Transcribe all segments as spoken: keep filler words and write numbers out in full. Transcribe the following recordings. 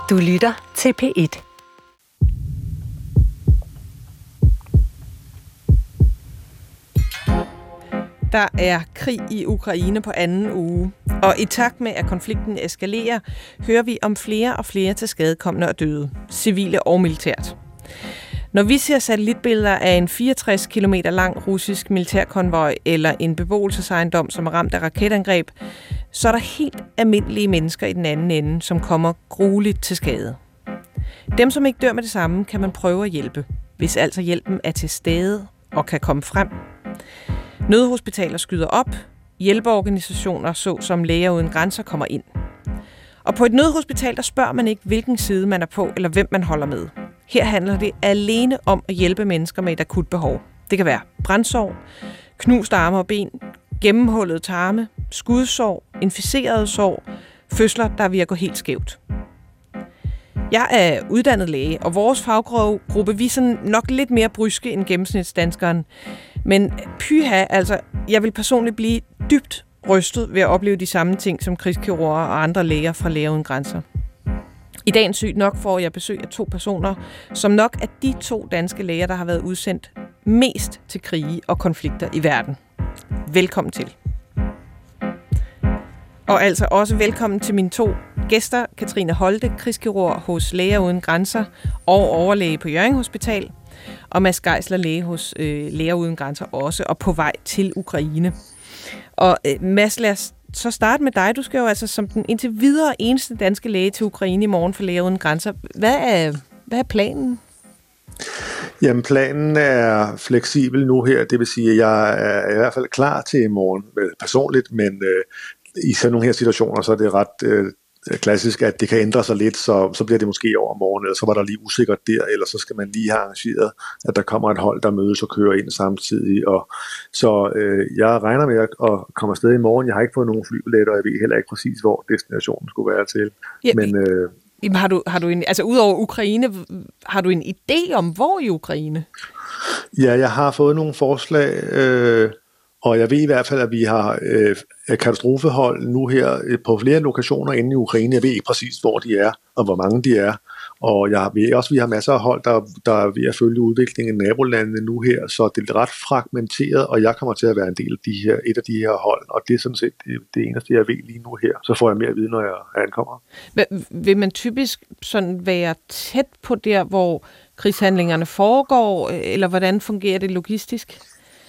Du lytter til P et. Der er krig i Ukraine på anden uge, og i takt med, at konflikten eskalerer, hører vi om flere og flere tilskadekomne og døde, civile og militært. Når vi ser satellitbilleder af en fireogtres kilometer lang russisk militærkonvoj eller en beboelsesejendom, som er ramt af raketangreb, så er der helt almindelige mennesker i den anden ende, som kommer grueligt til skade. Dem, som ikke dør med det samme, kan man prøve at hjælpe, hvis altså hjælpen er til stede og kan komme frem. Nødhospitaler skyder op, hjælpeorganisationer såsom Læger Uden Grænser kommer ind. Og på et nødhospital, der spørger man ikke, hvilken side man er på, eller hvem man holder med. Her handler det alene om at hjælpe mennesker med et akut behov. Det kan være brændsår, knuste arme og ben, gennemhullede tarme, skudsår, inficerede sår, fødsler, der er ved at gå helt skævt. Jeg er uddannet læge, og vores faggruppe, vi er sådan nok lidt mere bryske end gennemsnitsdanskeren. Men pyha, altså, jeg vil personligt blive dybt rystet ved at opleve de samme ting som krigskirurger og andre læger fra Læger Uden Grænser. I dagens Sygt Nok får jeg besøg af to personer, som nok er de to danske læger, der har været udsendt mest til krige og konflikter i verden. Velkommen til. Og altså også velkommen til mine to gæster, Katrine Holte, krigskirurg hos Læger Uden Grænser og overlæge på Hjørring Hospital, og Mads Geisler, læge hos øh, Læger Uden Grænser også, og på vej til Ukraine. Og øh, Mads, lad os så starte med dig. Du skal jo altså som den indtil videre eneste danske læge til Ukraine i morgen for Læger Uden Grænser. Hvad er, hvad er planen? Jamen, planen er fleksibel nu her. Det vil sige, at jeg er i hvert fald klar til i morgen personligt, men øh, i sådan nogle her situationer, så er det ret øh, klassisk, at det kan ændre sig lidt, så, så bliver det måske over morgen, eller så var der lige usikkert der, eller så skal man lige have arrangeret, at der kommer et hold, der mødes og kører ind samtidig. Og, så øh, jeg regner med at komme afsted i morgen. Jeg har ikke fået nogen flybilletter, og jeg ved heller ikke præcis, hvor destinationen skulle være til. Ja, men øh, jamen, har du, har du en, altså udover Ukraine, har du en idé om, hvor i Ukraine? Ja, jeg har fået nogle forslag, øh, og jeg ved i hvert fald, at vi har øh, katastrofehold nu her øh, på flere lokationer inde i Ukraine. Jeg ved ikke præcis, hvor de er, og hvor mange de er. Og jeg ved også, at vi har masser af hold, der, der er ved at følge udviklingen i nabolandene nu her. Så det er ret fragmenteret, og jeg kommer til at være en del af de her, et af de her hold. Og det er sådan set det, det eneste, jeg ved lige nu her. Så får jeg mere at vide, når jeg ankommer. Vil man typisk sådan være tæt på der, hvor krigshandlingerne foregår, eller hvordan fungerer det logistisk?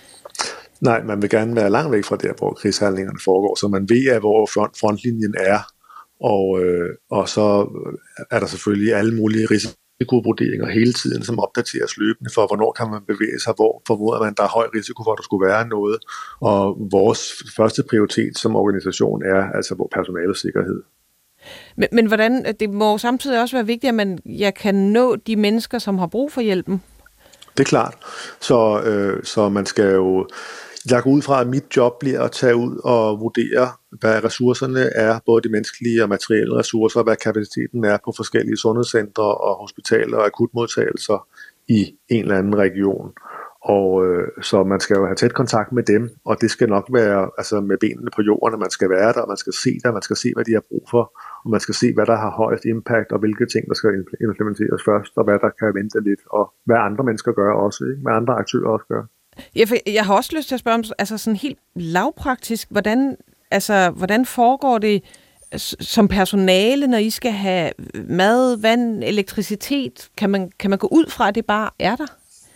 Nej, man vil gerne være langt væk fra der, hvor krigshandlingerne foregår, så man ved, hvor front, frontlinjen er, og, øh, og så er der selvfølgelig alle mulige risikovurderinger hele tiden, som opdateres løbende for, hvornår kan man bevæge sig, hvor formoder man, der er høj risiko for, at der skulle være noget, og vores første prioritet som organisation er altså hvor personalets sikkerhed. Men, men hvordan, det må samtidig også være vigtigt, at man jeg kan nå de mennesker, som har brug for hjælpen. Det er klart, så, øh, så man skal jo. Jeg går ud fra, at mit job bliver at tage ud og vurdere, hvad ressourcerne er, både de menneskelige og materielle ressourcer, hvad kapaciteten er på forskellige sundhedscentre og hospitaler og akutmodtagelser i en eller anden region. Og øh, så man skal jo have tæt kontakt med dem, og det skal nok være altså med benene på jorden, at man skal være der, og man skal se der, man skal se, hvad de har brug for, og man skal se, hvad der har højst impact, og hvilke ting, der skal implementeres først, og hvad der kan vente lidt, og hvad andre mennesker gør også, ikke? Hvad andre aktører også gør. Jeg, jeg har også lyst til at spørge om, altså sådan helt lavpraktisk, hvordan, altså, hvordan foregår det som personale, når I skal have mad, vand, elektricitet? Kan man, kan man gå ud fra, at det bare er der?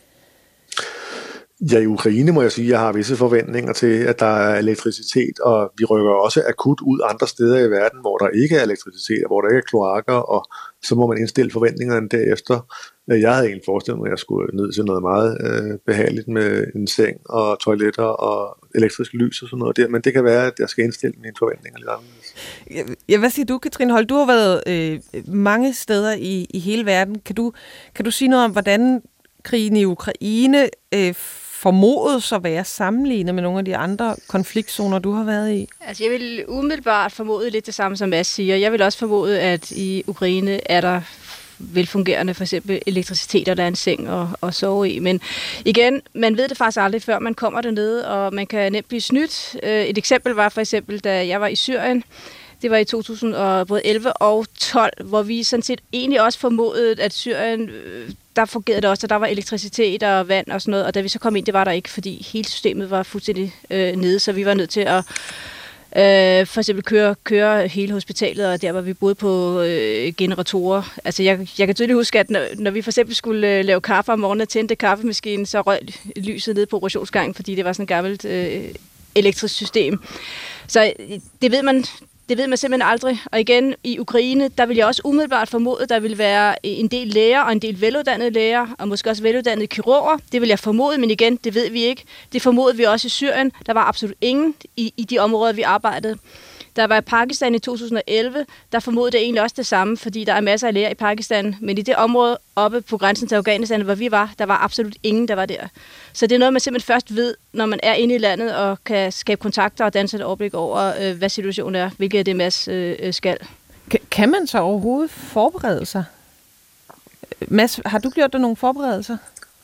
Ja, i Ukraine må jeg sige, at jeg har visse forventninger til, at der er elektricitet, og vi rykker også akut ud andre steder i verden, hvor der ikke er elektricitet, og hvor der ikke er kloakker, og så må man indstille forventningerne derefter. Jeg havde egentlig forestillet mig, at jeg skulle ned til noget meget øh, behageligt med en seng og toiletter og elektrisk lys og sådan noget der, men det kan være, at jeg skal indstille mine forventninger lidt anderledes. Ja, hvad siger du, Katrine Holt? Du har været øh, mange steder i, i hele verden. Kan du, kan du sige noget om, hvordan krigen i Ukraine øh, formodes at være sammenlignet med nogle af de andre konfliktzoner, du har været i? Altså, jeg vil umiddelbart formode lidt det samme, som Mads siger. Jeg vil også formode, at i Ukraine er der velfungerende, for eksempel elektricitet, og der er en seng at, at sove i. Men igen, man ved det faktisk aldrig, før man kommer dernede, og man kan nemt blive snydt. Et eksempel var for eksempel, da jeg var i Syrien. Det var i to tusind og elleve og tolv, hvor vi sådan set egentlig også formodede, at Syrien, der fungerede det også, at der var elektricitet og vand og sådan noget, og da vi så kom ind, det var der ikke, fordi hele systemet var fuldstændig øh, nede, så vi var nødt til at øh, for eksempel køre, køre hele hospitalet, og der var vi boede på øh, generatorer. Altså jeg, jeg kan tydeligt huske, at når, når vi for eksempel skulle øh, lave kaffe om morgenen og tændte kaffemaskinen, så røg lyset ned på operationsgangen, fordi det var sådan et gammelt øh, elektrisk system. Så det ved man... Det ved man simpelthen aldrig. Og igen, i Ukraine, der vil jeg også umiddelbart formode, at der vil være en del læger og en del veluddannede læger, og måske også veluddannede kirurger. Det vil jeg formode, men igen, det ved vi ikke. Det formodede vi også i Syrien. Der var absolut ingen i, i de områder, vi arbejdede. Der var i Pakistan i to tusind og elleve, der formodede det egentlig også det samme, fordi der er masser af læger i Pakistan. Men i det område oppe på grænsen til Afghanistan, hvor vi var, der var absolut ingen, der var der. Så det er noget, man simpelthen først ved, når man er inde i landet og kan skabe kontakter og danse et overblik over, øh, hvad situationen er, hvilket det Mads øh, skal. Kan man så overhovedet forberede sig? Mads, har du gjort dig nogle forberedelser?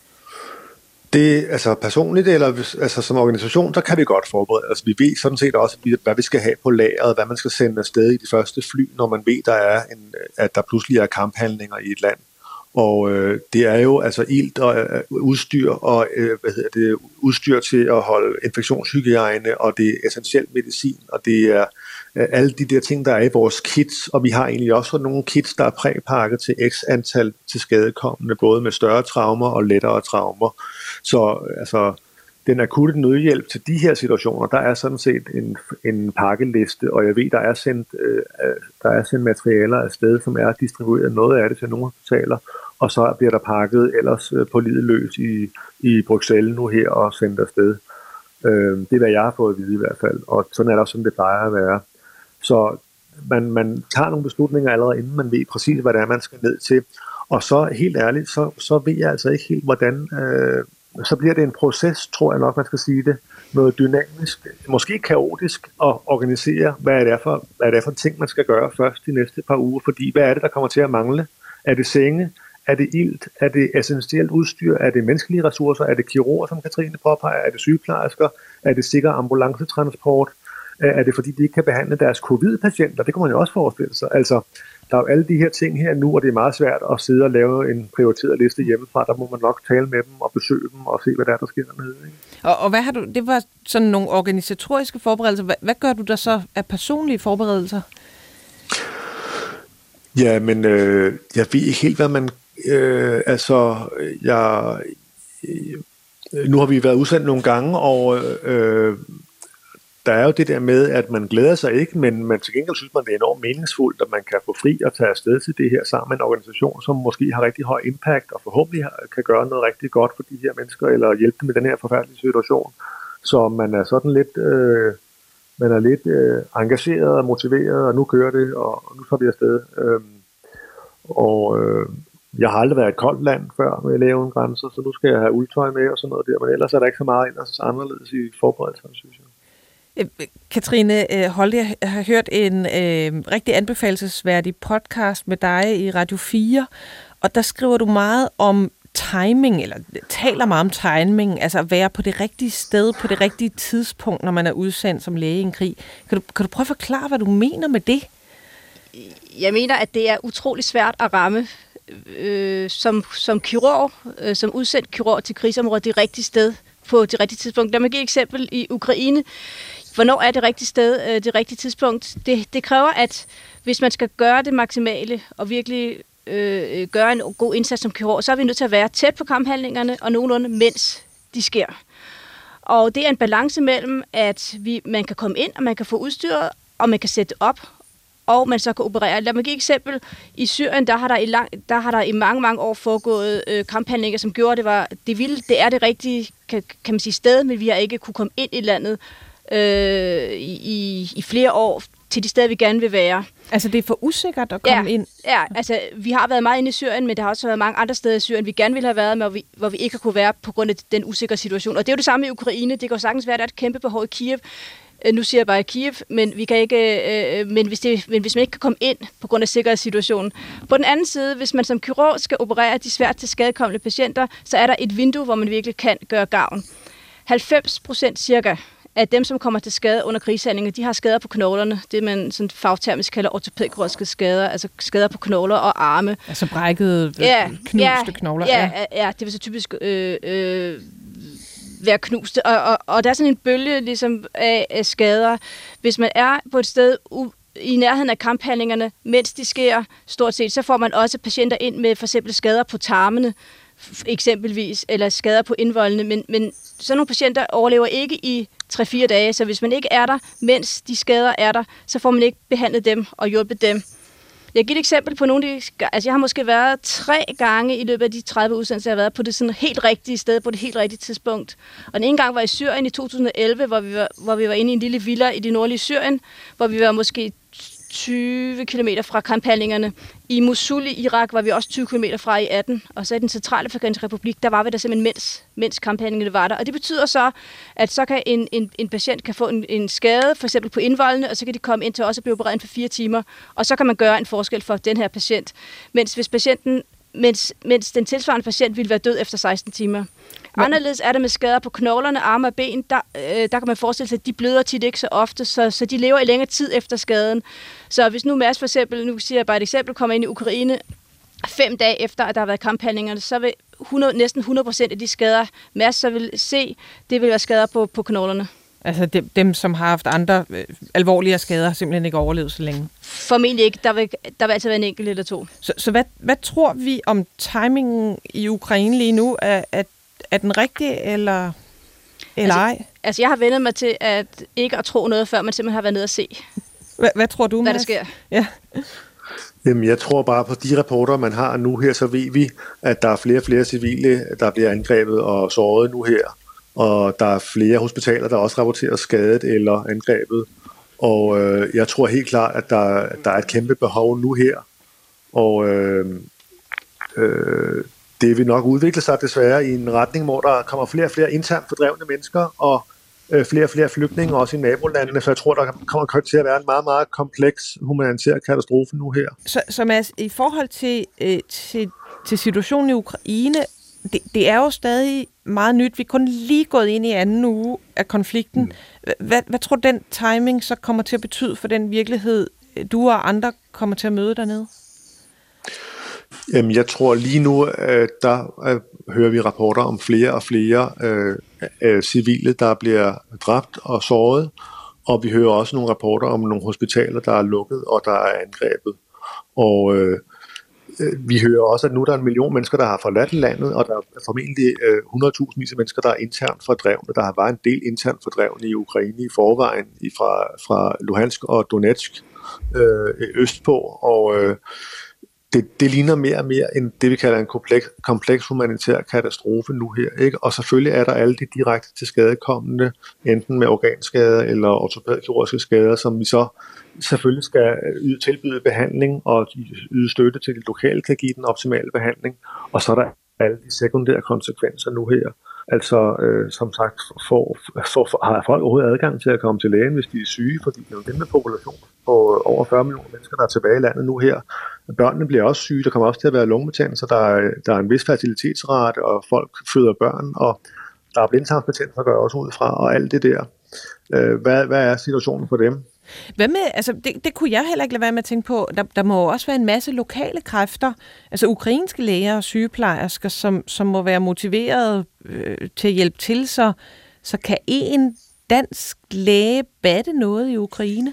Det, altså personligt eller altså som organisation, der kan vi godt forberede. Altså vi ved sådan set også, hvad vi skal have på lageret, hvad man skal sende afsted i de første fly, når man ved, der er en, at der pludselig er kamphandlinger i et land. Og øh, det er jo altså ilt og øh, udstyr og øh, hvad hedder det, udstyr til at holde infektionshygiejne, og det er essentiel medicin, og det er øh, alle de der ting, der er i vores kits, og vi har egentlig også nogle kits, der er præpakket til x antal til skadekommende, både med større traumer og lettere traumer. Så altså den akutte nødhjælp til de her situationer, der er sådan set en, en pakkeliste, og jeg ved, der er sendt øh, der er sendt materialer afsted, som er distribueret noget af det til nogle hospitaler, og så bliver der pakket ellers på livet løs i, i Bruxelles nu her og sendt afsted. Øh, det er, hvad jeg har fået at vide i hvert fald, og sådan er det også, som det plejer at være. Så man, man tager nogle beslutninger allerede, inden man ved præcis, hvad det er, man skal ned til. Og så helt ærligt, så, så ved jeg altså ikke helt, hvordan... Øh, så bliver det en proces, tror jeg nok, man skal sige det. Noget dynamisk, måske kaotisk at organisere, hvad det er for, hvad det er for ting, man skal gøre først de næste par uger. Fordi hvad er det, der kommer til at mangle? Er det senge? Er det ilt? Er det essentielt udstyr? Er det menneskelige ressourcer? Er det kirurger, som Katrine påpeger? Er det sygeplejersker? Er det sikker ambulancetransport? Er det fordi, de ikke kan behandle deres covid-patienter? Det kan man jo også forestille sig. Altså, der er jo alle de her ting her nu, og det er meget svært at sidde og lave en prioriteret liste hjemmefra. Der må man nok tale med dem og besøge dem og se, hvad der er, der sker dernede. Ikke? Og, og hvad har du? Det var sådan nogle organisatoriske forberedelser. Hvad, hvad gør du der så af personlige forberedelser? Ja, men øh, jeg ved ikke helt, hvad man... Øh, altså, jeg... Øh, nu har vi været udsendt nogle gange, og... Øh, Der er jo det der med, at man glæder sig ikke, men man til gengæld synes man, det er enormt meningsfuldt, at man kan få fri og tage afsted til det her sammen med en organisation, som måske har rigtig høj impact og forhåbentlig kan gøre noget rigtig godt for de her mennesker, eller hjælpe dem i den her forfærdelige situation. Så man er sådan lidt, øh, man er lidt øh, engageret og motiveret, og nu kører det, og, og nu tager vi afsted. Øh, og øh, jeg har aldrig været et koldt land før med lavere grænser, så nu skal jeg have uldtøj med og sådan noget der, men ellers er der ikke så meget ellers anderledes i forberedelserne, synes jeg. Katrine Holte, jeg har hørt en øh, rigtig anbefalelsesværdig podcast med dig i Radio fire, og der skriver du meget om timing, eller taler meget om timing, altså at være på det rigtige sted, på det rigtige tidspunkt, når man er udsendt som læge i en krig. Kan du, kan du prøve at forklare, hvad du mener med det? Jeg mener, at det er utrolig svært at ramme øh, som, som kirurg, øh, som udsendt kirurg til krigsområdet, det rigtige sted på det rigtige tidspunkt. Lad mig give et eksempel i Ukraine. Hvornår er det rigtige sted, det rigtige tidspunkt? Det, det kræver, at hvis man skal gøre det maksimale og virkelig øh, gøre en god indsats som kirurg, så er vi nødt til at være tæt på kamphandlingerne og nogenlunde, mens de sker. Og det er en balance mellem, at vi, man kan komme ind, og man kan få udstyret, og man kan sætte op, og man så kan operere. Lad mig give et eksempel. I Syrien, der har der i, lang, der har der i mange, mange år foregået øh, kamphandlinger, som gjorde, det var det vilde. Det er det rigtige, kan, kan man sige, sted, men vi har ikke kunne komme ind i landet øh, i, i flere år til de steder, vi gerne vil være. Altså, det er for usikkert at komme ja, ind? Ja, altså, vi har været meget inde i Syrien, men der har også været mange andre steder i Syrien, vi gerne ville have været med, hvor vi, hvor vi ikke har kunne være på grund af den usikre situation. Og det er jo det samme i Ukraine. Det kan jo sagtens være, at der er et kæmpe behov i Kiev. Nu siger jeg bare Kiev, men vi kan ikke, øh, men, hvis det, men hvis man ikke kan komme ind på grund af sikkerhedssituationen. På den anden side, hvis man som kirurg skal operere de svært til skadekommende patienter, så er der et vindue, hvor man virkelig kan gøre gavn. halvfems procent cirka at dem, som kommer til skade under krigshandlinger, de har skader på knoglerne. Det man sådan fagtermisk kalder ortopædkirurgiske skader, altså skader på knogler og arme. Altså brækkede, ja, knuste ja, knogler. Ja, ja, ja, det vil så typisk øh, øh, være knuste. Og, og, og der er sådan en bølge ligesom, af, af skader. Hvis man er på et sted u- i nærheden af kamphandlingerne, mens de sker stort set, så får man også patienter ind med for eksempel skader på tarmene, eksempelvis, eller skader på indvoldene, men, men sådan nogle patienter overlever ikke i tre fire dage, så hvis man ikke er der, mens de skader er der, så får man ikke behandlet dem og hjulpet dem. Jeg giver et eksempel på nogle af de... Altså, jeg har måske været tre gange i løbet af de tredive udsendelser, jeg har været på det sådan helt rigtige sted, på det helt rigtige tidspunkt. Og den ene gang var i Syrien i to tusind og elleve, hvor vi var, hvor vi var inde i en lille villa i det nordlige Syrien, hvor vi var måske tyve kilometer fra kamphandlingerne. I Mosul i Irak var vi også tyve kilometer fra i atten, og så i den centralafrikanske republik, der var vi der simpelthen mens, mens kamphandlingerne var der. Og det betyder så, at så kan en, en, en patient kan få en, en skade, for eksempel på indvoldene, og så kan de komme ind til os og blive opereret for fire timer, og så kan man gøre en forskel for den her patient. Mens hvis patienten Mens, mens den tilsvarende patient ville være død efter seksten timer. Anderledes er det med skader på knoglerne, arme og ben. Der, øh, der kan man forestille sig, at de bløder tit ikke så ofte, så, så de lever i længere tid efter skaden. Så hvis nu Mads for eksempel, nu siger jeg bare et eksempel, kommer ind i Ukraine fem dage efter, at der har været kamphandlinger, så vil hundrede, næsten hundrede procent af de skader, Mads så vil se, det vil være skader på, på knoglerne. Altså dem, dem, som har haft andre øh, alvorlige skader, har simpelthen ikke overlevet så længe? Formentlig ikke. Der vil, der vil altid være en enkelt eller to. Så, så hvad, hvad tror vi om timingen i Ukraine lige nu? Er, er, er den rigtig, eller, eller altså, ej? Altså, jeg har vendt mig til at ikke at tro noget, før man simpelthen har været nede og se. Hvad, hvad tror du, hvad Mads? der sker? Ja. Jamen, jeg tror bare på de rapporter, man har nu her, så ved vi, at der er flere og flere civile, der bliver angrebet og såret nu her. Og der er flere hospitaler, der også rapporterer skadet eller angrebet. Og øh, jeg tror helt klart, at der, der er et kæmpe behov nu her. Og øh, øh, det vil nok udvikle sig desværre i en retning, hvor der kommer flere og flere internt fordrevne mennesker, og øh, flere og flere flygtninge også i nabolandene. Så jeg tror, der kommer til at være en meget, meget kompleks humanitær katastrofe nu her. Så, så Mads, i forhold til, øh, til, til situationen i Ukraine, det, det er jo stadig meget nyt. Vi er kun lige gået ind i anden uge af konflikten. Mm. Hvad, hvad tror du, den timing så kommer til at betyde for den virkelighed, du og andre kommer til at møde dernede? Jamen, jeg tror lige nu, øh, der øh, hører vi rapporter om flere og flere øh, øh, civile, der bliver dræbt og såret. Og vi hører også nogle rapporter om nogle hospitaler, der er lukket og der er angrebet. Og øh, vi hører også, at nu der er en million mennesker, der har forladt landet, og der er formentlig øh, hundrede tusind mennesker, der er internt fordrevne. Der har været en del internt fordrevne i Ukraine i forvejen, fra, fra Luhansk og Donetsk øh, østpå, og øh, det, det ligner mere og mere end det, vi kalder en kompleks, kompleks humanitær katastrofe nu her. Ikke? Og selvfølgelig er der alle de direkte til skadekommende, enten med organskader eller ortopædkirurgiske skader, som vi så selvfølgelig skal yde tilbyde behandling og yde støtte til, de lokale kan give den optimale behandling. Og så er der alle de sekundære konsekvenser nu her. Altså, øh, som sagt, for, for, for, har folk overhovedet adgang til at komme til lægen, hvis de er syge, fordi det er en kæmpe population på over fyrre millioner mennesker, der er tilbage i landet nu her. Børnene bliver også syge, der kommer også til at være lungebetændelser, der er, der er en vis fertilitetsrate, og folk føder børn, og der er blindtarmsbetændelser, går også ud fra, og alt det der. Øh, hvad, hvad er situationen for dem? Hvad med, altså det, det kunne jeg heller ikke lade være med at tænke på. Der, der må også være en masse lokale kræfter, altså ukrainske læger og sygeplejersker, som, som må være motiveret øh, til at hjælpe til, så, så kan en dansk læge batte noget i Ukraine?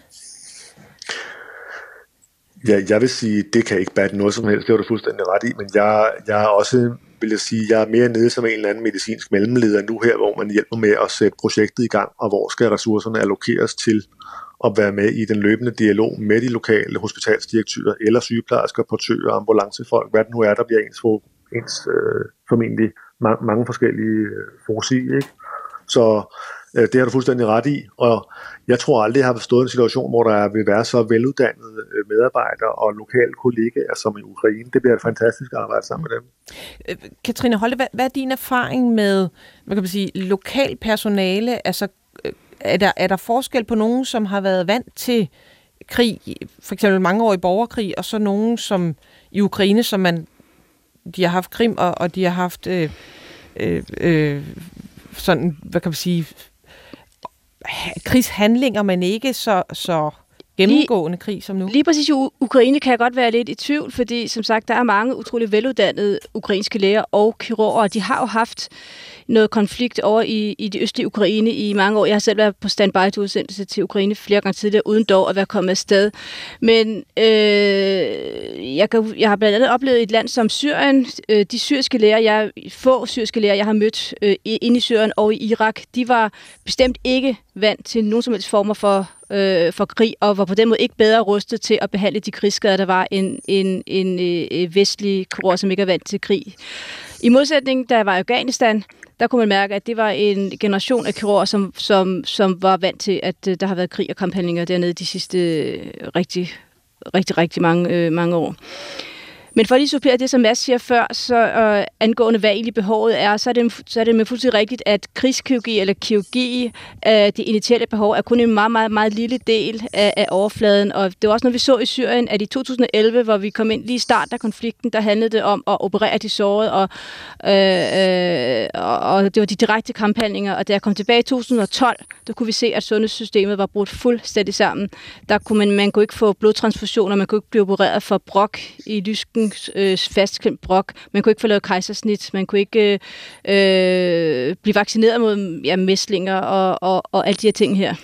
Ja, jeg vil sige, det kan ikke batte noget som helst, det var du fuldstændig ret i, men jeg, jeg er også, vil jeg sige, jeg er mere nede som en eller anden medicinsk mellemleder nu her, hvor man hjælper med at sætte projektet i gang, og hvor skal ressourcerne allokeres til at være med i den løbende dialog med de lokale hospitalsdirektører eller sygeplejersker, portører, ambulancefolk, hvad det nu er, der bliver ens, for, ens øh, formentlig mange, mange forskellige øh, forudsiger, ikke? Så øh, det har du fuldstændig ret i, og jeg tror aldrig, jeg har stået i en situation, hvor der vil være så veluddannede medarbejdere og lokale kollegaer som i Ukraine. Det bliver et fantastisk arbejde sammen med dem. Katrine Holte, hvad, hvad er din erfaring med, hvad kan man sige, lokal personale? Altså, er der, er der forskel på nogen, som har været vant til krig, for eksempel mangeårig borgerkrig, og så nogen som i Ukraine, som man, de har haft Krim, og, og de har haft øh, øh, øh, sådan, hvad kan man sige, krigshandlinger, men ikke så, så gennemgående krig som nu? Lige præcis i Ukraine kan jeg godt være lidt i tvivl, fordi som sagt, der er mange utrolig veluddannede ukrainske læger og kirurger, og de har jo haft noget konflikt over i, i det østlige Ukraine i mange år. Jeg har selv været på standby til udsendelse til Ukraine flere gange tidligere, uden dog at være kommet afsted. Men øh, jeg, kan, jeg har blandt andet oplevet et land som Syrien. Øh, de syriske læger, jeg, få syriske læger, jeg har mødt øh, inde i Syrien og i Irak, de var bestemt ikke vant til nogen som helst former for øh, for krig, og var på den måde ikke bedre rustet til at behandle de krigsskader, der var en, en, en øh, vestlig kirurg, som ikke er vant til krig. I modsætning, da jeg var i Afghanistan, der kunne man mærke, at det var en generation af kirurger, som, som, som var vant til, at øh, der har været krig og kamphandlinger dernede de sidste øh, rigtig, rigtig, rigtig mange, øh, mange år. Men for lige at supplere det, som Mads siger før, så øh, angående hvad egentlig behovet er, så er det, så er det med fuldstændig rigtigt, at krigskirurgi eller kirurgi, øh, det initielle behov, er kun en meget, meget, meget lille del af, af overfladen. Og det var også noget, vi så i Syrien, at i to tusind og elleve, hvor vi kom ind lige i starten af konflikten, der handlede det om at operere de sårede, og, øh, øh, og det var de direkte kamphandlinger. Og da jeg kom tilbage i to tusind og tolv, der kunne vi se, at sundhedssystemet var brudt fuldstændig sammen. Der kunne man, man kunne ikke få blodtransfusioner, man kunne ikke blive opereret for brok i lysken, Øh, fastklemt brok. Man kunne ikke få lavet kejsersnit. Man kunne ikke øh, blive vaccineret mod ja, mæslinger og, og, og alle de her ting her.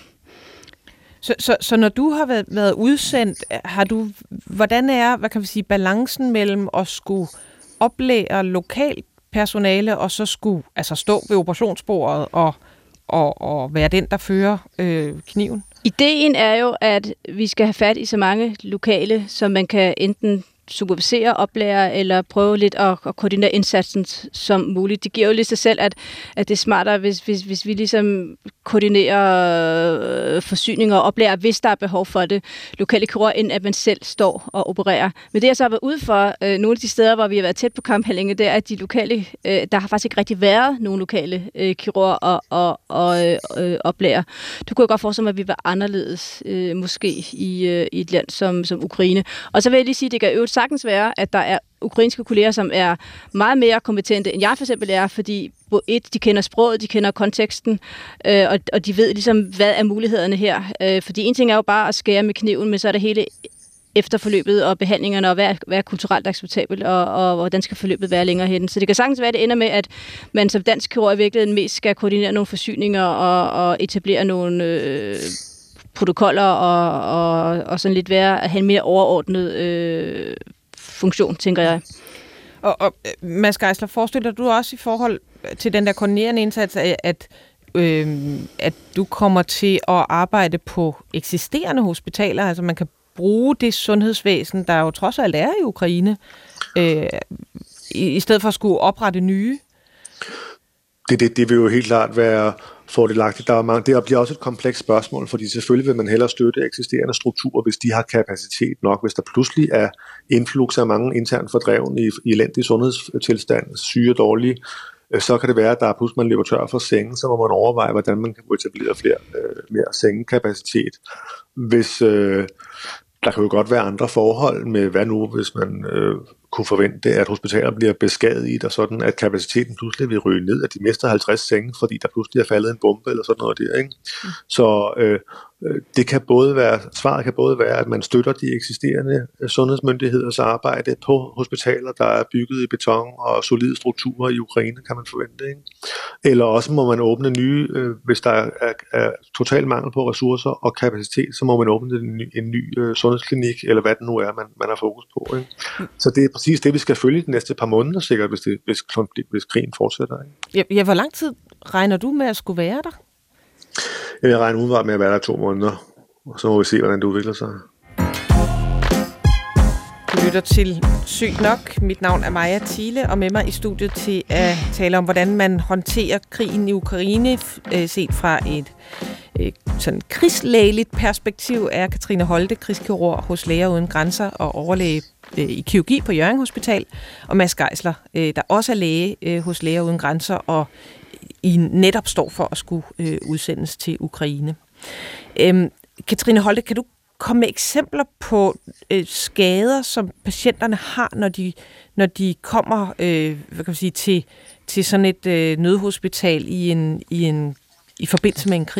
Så, så, så når du har været, været udsendt, har du, hvordan er, hvad kan vi sige, balancen mellem at skulle oplære lokalt personale og så skulle altså stå ved operationsbordet og, og, og være den, der fører øh, kniven? Ideen er jo, at vi skal have fat i så mange lokale, som man kan enten supervisere, oplære eller prøve lidt at, at koordinere indsatsen som muligt. Det giver jo lige sig selv, at, at det er smartere, hvis, hvis, hvis vi ligesom koordinerer øh, forsyninger og oplærer, hvis der er behov for det, lokale kirurger, end at man selv står og opererer. Men det, jeg så har været ude for, øh, nogle af de steder, hvor vi har været tæt på kamphandlinger, det er, at de lokale, øh, der har faktisk ikke rigtig været nogle lokale øh, kirurger og, og, og øh, oplærer. Det kunne jeg godt forestille mig, at vi var anderledes, øh, måske i, øh, i et land som, som Ukraine. Og så vil jeg lige sige, at det kan øvrigt sagtens være, at der er ukrainske kolleger, som er meget mere kompetente, end jeg for eksempel er, fordi et, de kender sproget, de kender konteksten, øh, og, og de ved ligesom, hvad er mulighederne her. Øh, fordi en ting er jo bare at skære med kniven, men så er der hele efterforløbet og behandlingerne, og hvad er, hvad er kulturelt acceptabelt, og, og hvordan skal forløbet være længere hen. Så det kan sagtens være, at det ender med, at man som dansk kirurg i virkeligheden mest skal koordinere nogle forsyninger og, og etablere nogle øh, protokoller og, og, og sådan lidt være at have en mere overordnet øh, funktion, tænker jeg. Og, og Mads Geisler, forestiller du også i forhold til den der koordinerende indsats, at, øh, at du kommer til at arbejde på eksisterende hospitaler, altså man kan bruge det sundhedsvæsen, der jo trods alt er i Ukraine, øh, i, i stedet for at skulle oprette nye? Det, det, det vil jo helt klart være fordelagtigt. Der er mange, det bliver også et komplekst spørgsmål, fordi selvfølgelig vil man hellere støtte eksisterende strukturer, hvis de har kapacitet nok. Hvis der pludselig er influx af mange internt fordrevne i, i elendig sundhedstilstand, syge og dårlige, så kan det være, at der er pludselig man løber tør for senge, så må man overveje, hvordan man kan etablere flere, øh, mere sengekapacitet. Hvis øh, der kan jo godt være andre forhold med, hvad nu, hvis man øh, kunne forvente, at hospitaler bliver beskadiget, og sådan, at kapaciteten pludselig vil ryge ned, at de mister halvtreds senge, fordi der pludselig er faldet en bombe, eller sådan noget der, ikke? Mm. Så øh, det kan både være, svaret kan både være, at man støtter de eksisterende sundhedsmyndigheders arbejde på hospitaler, der er bygget i beton og solide strukturer i Ukraine, kan man forvente, ikke? Eller også må man åbne nye, øh, hvis der er, er, er total mangel på ressourcer og kapacitet, så må man åbne en ny, en ny øh, sundhedsklinik, eller hvad det nu er, man, man har fokus på, ikke? Mm. Så det er præcis det, vi skal følge de næste par måneder, sikkert, hvis, det, hvis, hvis krigen fortsætter, ikke? Ja, hvor lang tid regner du med at skulle være der? Jeg regner umiddelbart med at være der to måneder, og så må vi se, hvordan det udvikler sig. Du lytter til Sygt Nok. Mit navn er Maja Thiele, og med mig i studiet til at tale om, hvordan man håndterer krigen i Ukraine, set fra et sådan krigslægeligt perspektiv, er Katrine Holte, krigskirurg hos Læger Uden Grænser og overlæge i kirurgi på Hjørring Hospital, og Mads Geisler, der også er læge hos Læger Uden Grænser, og I netop står for at skulle øh, udsendes til Ukraine. Øhm, Katrine Holte, kan du komme med eksempler på øh, skader, som patienterne har, når de, når de kommer øh, hvad kan man sige, til, til sådan et øh, nødhospital i, en, i, en, i forbindelse med en krig?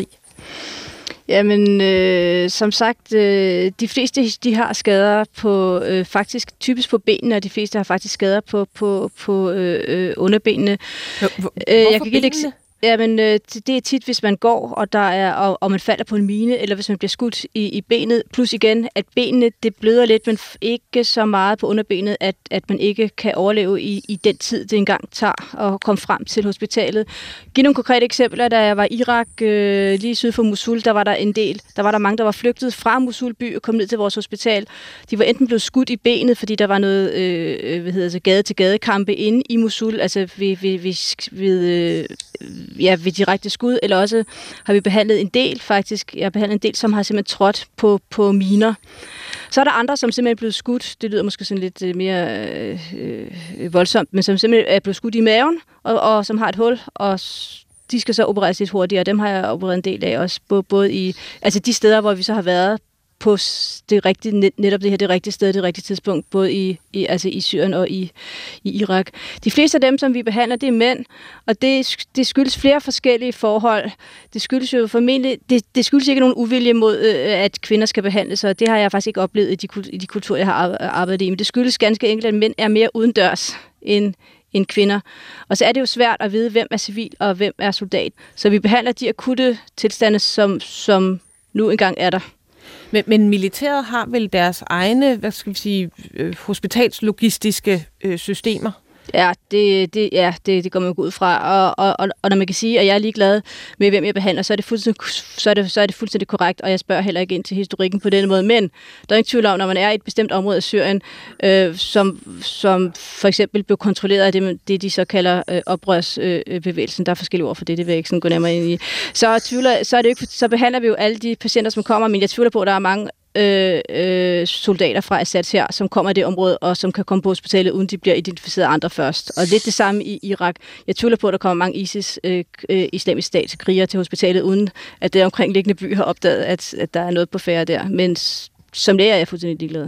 Jamen, øh, som sagt, øh, de fleste de har skader på, øh, faktisk typisk på benene, og de fleste har faktisk skader på, på, på øh, underbenene. Hvorfor øh, jeg kan give et benene? Ja, men øh, det er tit, hvis man går, og der er og, og man falder på en mine, eller hvis man bliver skudt i, i benet. Plus igen, at benene det bløder lidt, men ikke så meget på underbenet, at, at man ikke kan overleve i, i den tid, det engang tager at komme frem til hospitalet. Giv nogle konkrete eksempler. Da jeg var i Irak, øh, lige syd for Mosul, der var der en del. Der var der mange, der var flygtet fra Mosul by og kom ned til vores hospital. De var enten blevet skudt i benet, fordi der var noget øh, hvad hedder det, gade-til-gade-kampe inde i Mosul, altså ved, ved, ved, ved øh, ja, ved direkte skud, eller også har vi behandlet en del, faktisk. Jeg har behandlet en del, som har simpelthen trådt på, på miner. Så er der andre, som simpelthen er blevet skudt. Det lyder måske sådan lidt mere øh, voldsomt, men som simpelthen er blevet skudt i maven, og, og som har et hul, og de skal så opereres lidt hurtigere. Dem har jeg opereret en del af også, både i, altså de steder, hvor vi så har været på det rigtige, netop det her, det rigtige sted, det rigtige tidspunkt, både i, i, altså i Syrien og i, i Irak. De fleste af dem, som vi behandler, det er mænd, og det, det skyldes flere forskellige forhold. Det skyldes jo formentlig, det, det skyldes ikke nogen uvilje mod, at kvinder skal behandles, og det har jeg faktisk ikke oplevet i de, i de kulturer, jeg har arbejdet i, men det skyldes ganske enkelt, at mænd er mere udendørs end end kvinder. Og så er det jo svært at vide, hvem er civil og hvem er soldat. Så vi behandler de akutte tilstande, som, som nu engang er der. Men, men militæret har vel deres egne, hvad skal vi sige, øh, hospitalslogistiske øh, systemer? Ja, det, det, ja det, det går man jo ud fra. Og, og, og når man kan sige, at jeg er ligeglad med, hvem jeg behandler, så er, det fuldstændig, så, er det, så er det fuldstændig korrekt, og jeg spørger heller ikke ind til historikken på den måde. Men der er ikke tvivl om, når man er i et bestemt område af Syrien, øh, som, som for eksempel blev kontrolleret af det, det de så kalder øh, oprørsbevægelsen, øh, der er forskellige ord for det, det vil jeg ikke sådan gå nærmere ind i. Så, tvivler, så, er det ikke, så behandler vi jo alle de patienter, som kommer, men jeg tvivler på, at der er mange Øh, øh, soldater fra Assads her, som kommer i det område, og som kan komme på hospitalet, uden de bliver identificeret af andre først. Og lidt det samme i Irak. Jeg tvivler på, at der kommer mange ISIS, øh, øh, islamisk statskrigere til hospitalet, uden at det omkringliggende by har opdaget, at, at der er noget på færre der. Men som læger er jeg fuldstændig ligeglad.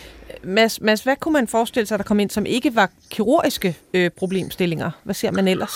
Mads, Mads, hvad kunne man forestille sig, der kom ind, som ikke var kirurgiske øh, problemstillinger? Hvad ser man ellers?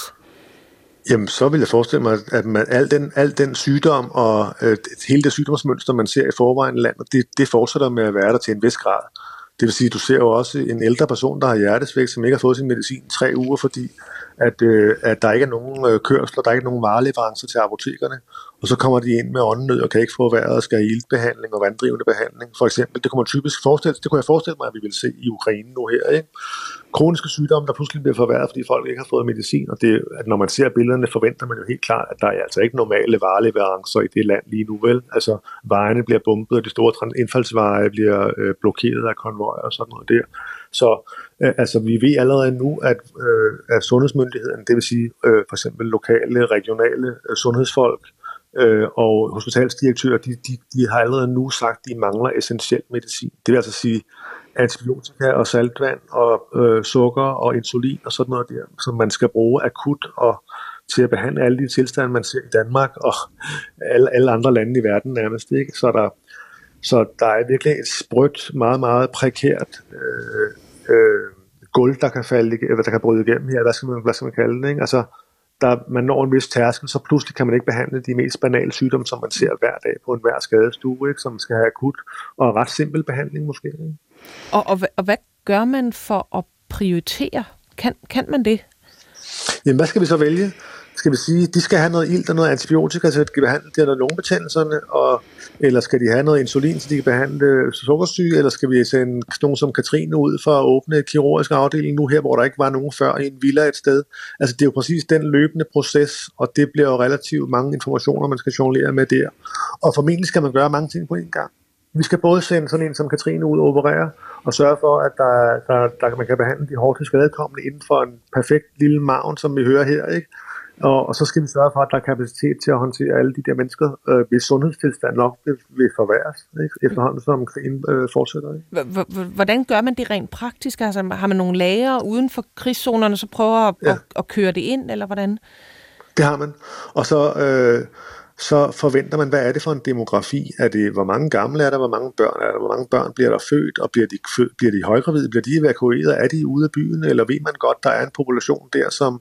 Jamen, så vil jeg forestille mig, at man, al, den, al den sygdom og øh, hele det sygdomsmønster, man ser i forvejen i landet, det, det fortsætter med at være der til en vis grad. Det vil sige, du ser jo også en ældre person, der har hjertesvægt, som ikke har fået sin medicin i tre uger, fordi at, øh, at der ikke er nogen øh, kørsler, der er ikke nogen vareleverancer til apotekerne, og så kommer de ind med åndenød og kan ikke få vejret og skal have iltbehandling og vanddrivende behandling. For eksempel, det kunne man typisk forestille, det kunne jeg forestille mig, at vi vil se i Ukraine nu her, ikke? Kroniske sygdomme, der pludselig bliver forværret, fordi folk ikke har fået medicin, og det, at når man ser billederne, forventer man jo helt klart, at der er altså ikke normale vareleverancer i det land lige nu, vel? Altså, vejene bliver bombet, og de store indfaldsveje bliver øh, blokeret af konvojer og sådan noget der. Så øh, altså, vi ved allerede nu, at, øh, at sundhedsmyndighederne, det vil sige øh, for eksempel lokale, regionale øh, sundhedsfolk øh, og hospitalsdirektører, de, de, de har allerede nu sagt, at de mangler essentiel medicin. Det vil altså sige antibiotika og saltvand og øh, sukker og insulin og sådan noget der, som man skal bruge akut og til at behandle alle de tilstande, man ser i Danmark og alle, alle andre lande i verden nærmest, ikke? Så der, så der er virkelig et sprødt, meget, meget prekært øh, øh, gulv, der kan falde, der kan bryde igennem her. Hvad skal man, hvad skal man kalde det, ikke? Altså, der, man når en vis tærskel, så pludselig kan man ikke behandle de mest banale sygdomme, som man ser hver dag på en hver skadestue, ikke? Som skal have akut og ret simpel behandling måske, ikke? Og, og, og hvad gør man for at prioritere? Kan, kan man det? Jamen, hvad skal vi så vælge? Skal vi sige, de skal have noget ilt og noget antibiotika, så de kan behandle de her lungebetændelserne, og, eller skal de have noget insulin, så de kan behandle sukkersyge, eller skal vi sende nogen som Katrine ud for at åbne et kirurgisk afdeling nu her, hvor der ikke var nogen før i en villa et sted? Altså, det er jo præcis den løbende proces, og det bliver jo relativt mange informationer, man skal jonglere med der. Og formentlig skal man gøre mange ting på en gang. Vi skal både sende sådan en som Katrine ud og operere, og sørge for, at der, der, der, man kan behandle de hårdt skadekommende inden for en perfekt lille maven, som vi hører her, ikke? Og, og så skal vi sørge for, at der er kapacitet til at håndtere alle de der mennesker, øh, hvis sundhedstilstand nok vil, vil forværres, ikke? Efterhånden som krigen øh, fortsætter. Ikke? Hvordan gør man det rent praktisk? Altså, har man nogle læger uden for krigszonerne, så prøver at, ja. at, at køre det ind, eller hvordan? Det har man. Og så... Øh, så forventer man, hvad er det for en demografi? Er det, hvor mange gamle er der, hvor mange børn er der, hvor mange børn bliver der født, og bliver de, bliver de højgravide, bliver de evakueret, er de ude af byen, eller ved man godt, der er en population der, som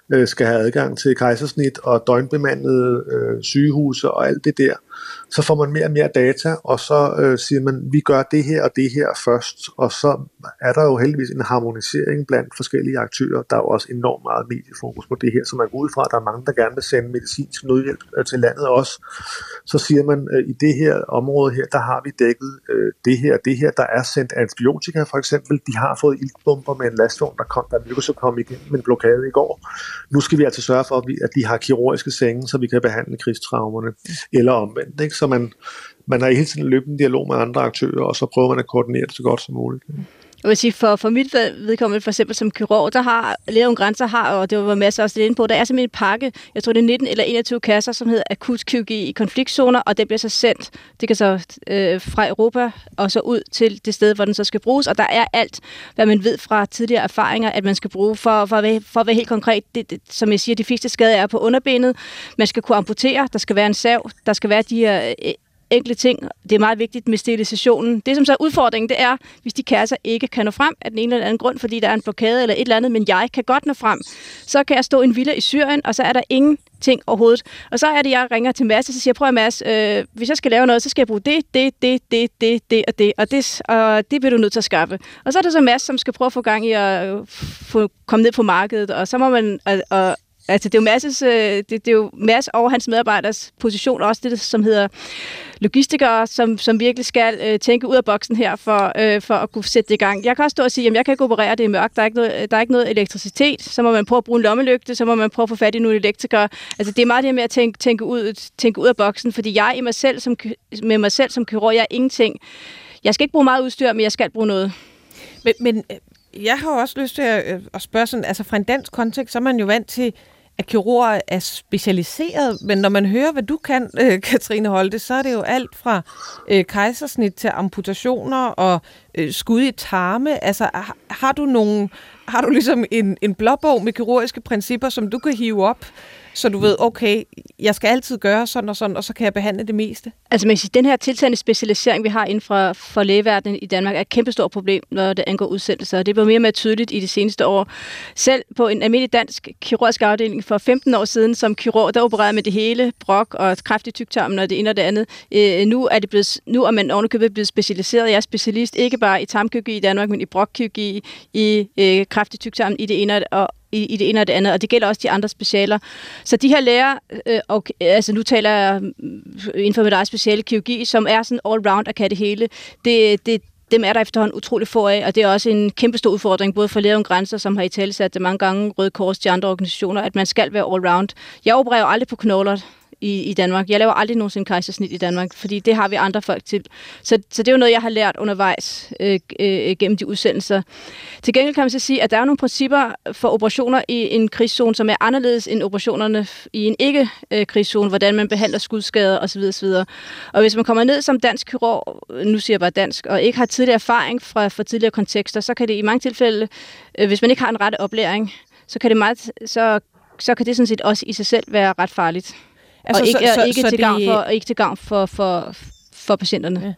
øh, skal have adgang til kejsersnit og døgnbemandede øh, sygehuse og alt det der. Så får man mere og mere data, og så øh, siger man, vi gør det her og det her først, og så er der jo heldigvis en harmonisering blandt forskellige aktører. Der er jo også enormt meget mediefokus på det her, så man går ud fra, at der er mange, der gerne vil sende medicinsk nødhjælp øh, til landet også. Så siger man, øh, i det her område her, der har vi dækket øh, det her og det her. Der er sendt antibiotika for eksempel. De har fået iltbomber med en lastvogn, der kom, der lykkedes at komme igennem en blokade i går. Nu skal vi altså sørge for, at de har kirurgiske senge, så vi kan behandle krigstraumerne, eller omvendt, ikke? Så man, man har hele tiden løbende dialog med andre aktører, og så prøver man at koordinere det så godt som muligt. Jeg vil sige, for, for mit vedkommende, for eksempel som kirurg, der har Læger uden Grænser, har, og det var masser også lidt inde på, der er simpelthen en pakke, jeg tror det er nitten eller enogtyve kasser, som hedder akut kirurgi i konfliktzoner, og det bliver så sendt, det kan så øh, fra Europa, og så ud til det sted, hvor den så skal bruges, og der er alt, hvad man ved fra tidligere erfaringer, at man skal bruge, for, for, at, være, for at være helt konkret, det, det, som jeg siger, de fleste skader er på underbenet, man skal kunne amputere, der skal være en sav, der skal være de her øh, enkle ting. Det er meget vigtigt med sterilisationen. Det, som så er udfordringen, det er, hvis de kasser ikke kan nå frem af den ene eller anden grund, fordi der er en blokade eller et eller andet, men jeg kan godt nå frem, så kan jeg stå i en villa i Syrien, og så er der ingen ting overhovedet. Og så er det, jeg ringer til Mads, og så siger jeg, prøv at Mads, øh, hvis jeg skal lave noget, så skal jeg bruge det, det, det, det, det, det og det, og det, og det bliver du nødt til at skaffe. Og så er det så Mads, som skal prøve at få gang i at få, komme ned på markedet, og så må man... Og, og, Altså, det er jo Masses, det, det er jo Mads og hans medarbejderes position, også det, som hedder logistikere, som, som virkelig skal øh, tænke ud af boksen her, for, øh, for at kunne sætte det i gang. Jeg kan også stå og sige, at jeg kan ikke operere det i mørkt, der er, ikke noget, der er ikke noget elektricitet, så må man prøve at bruge en lommelygte, så må man prøve at få fat i nogle elektrikere. Altså, det er meget det med at tænke, tænke, ud, tænke ud af boksen, fordi jeg i mig selv som, med mig selv som kirurg, jeg er ingenting. Jeg skal ikke bruge meget udstyr, men jeg skal bruge noget. Men, men jeg har også lyst til at, at spørge sådan, altså fra en dansk kontekst, så er man jo vant til, at kirurger er specialiseret, men når man hører, hvad du kan, øh, Katrine Holte, så er det jo alt fra øh, kejsersnit til amputationer og øh, skud i tarme. Altså, har, har du nogen, har du ligesom en, en blåbog med kirurgiske principper, som du kan hive op, så du ved, okay, jeg skal altid gøre sådan og sådan, og så kan jeg behandle det meste? Altså, man kan sige, den her tiltagende specialisering, vi har inden for, for lægeverdenen i Danmark, er et kæmpestort problem, når det angår udsendelser. Og det bliver mere og mere tydeligt i de seneste år. Selv på en almindelig dansk kirurgisk afdeling for femten år siden, som kirurg, der opererede med det hele, brok og kræft i tyktarmen og det ene og det andet. Øh, nu er det blevet, nu er man ovenikøbet blevet specialiseret. Jeg er specialist ikke bare i tarmkirurgi i Danmark, men i brokkirurgi, i øh, kræft i tyktarmen, i det ene og i, i det ene og det andet, og det gælder også de andre specialer. Så de her læger, øh, og, altså nu taler jeg inden for mit eget speciale kirurgi, som er sådan all-round og kan det hele, det, det, dem er der efterhånden utrolig få af, og det er også en kæmpe stor udfordring, både for Læger uden Grænser, som har i tale sat det mange gange, Røde Kors, de andre organisationer, at man skal være all-round. Jeg opererer jo aldrig på knogler i, i Danmark. Jeg laver aldrig nogensinde kejsersnit i Danmark, fordi det har vi andre folk til. Så, så det er jo noget, jeg har lært undervejs øh, øh, gennem de udsendelser. Til gengæld kan man så sige, at der er nogle principper for operationer i en krigszone, som er anderledes end operationerne i en ikke-krigszone, hvordan man behandler skudskader osv. osv. Og hvis man kommer ned som dansk kirurg, nu siger jeg bare dansk, og ikke har tidligere erfaring fra, fra tidligere kontekster, så kan det i mange tilfælde, øh, hvis man ikke har en rette oplæring, så kan det, meget, så, så kan det sådan set også i sig selv være ret farligt. Altså, og ikke, så, så, ikke, så til det... gavn for, ikke til gavn for, for, for patienterne. Ja,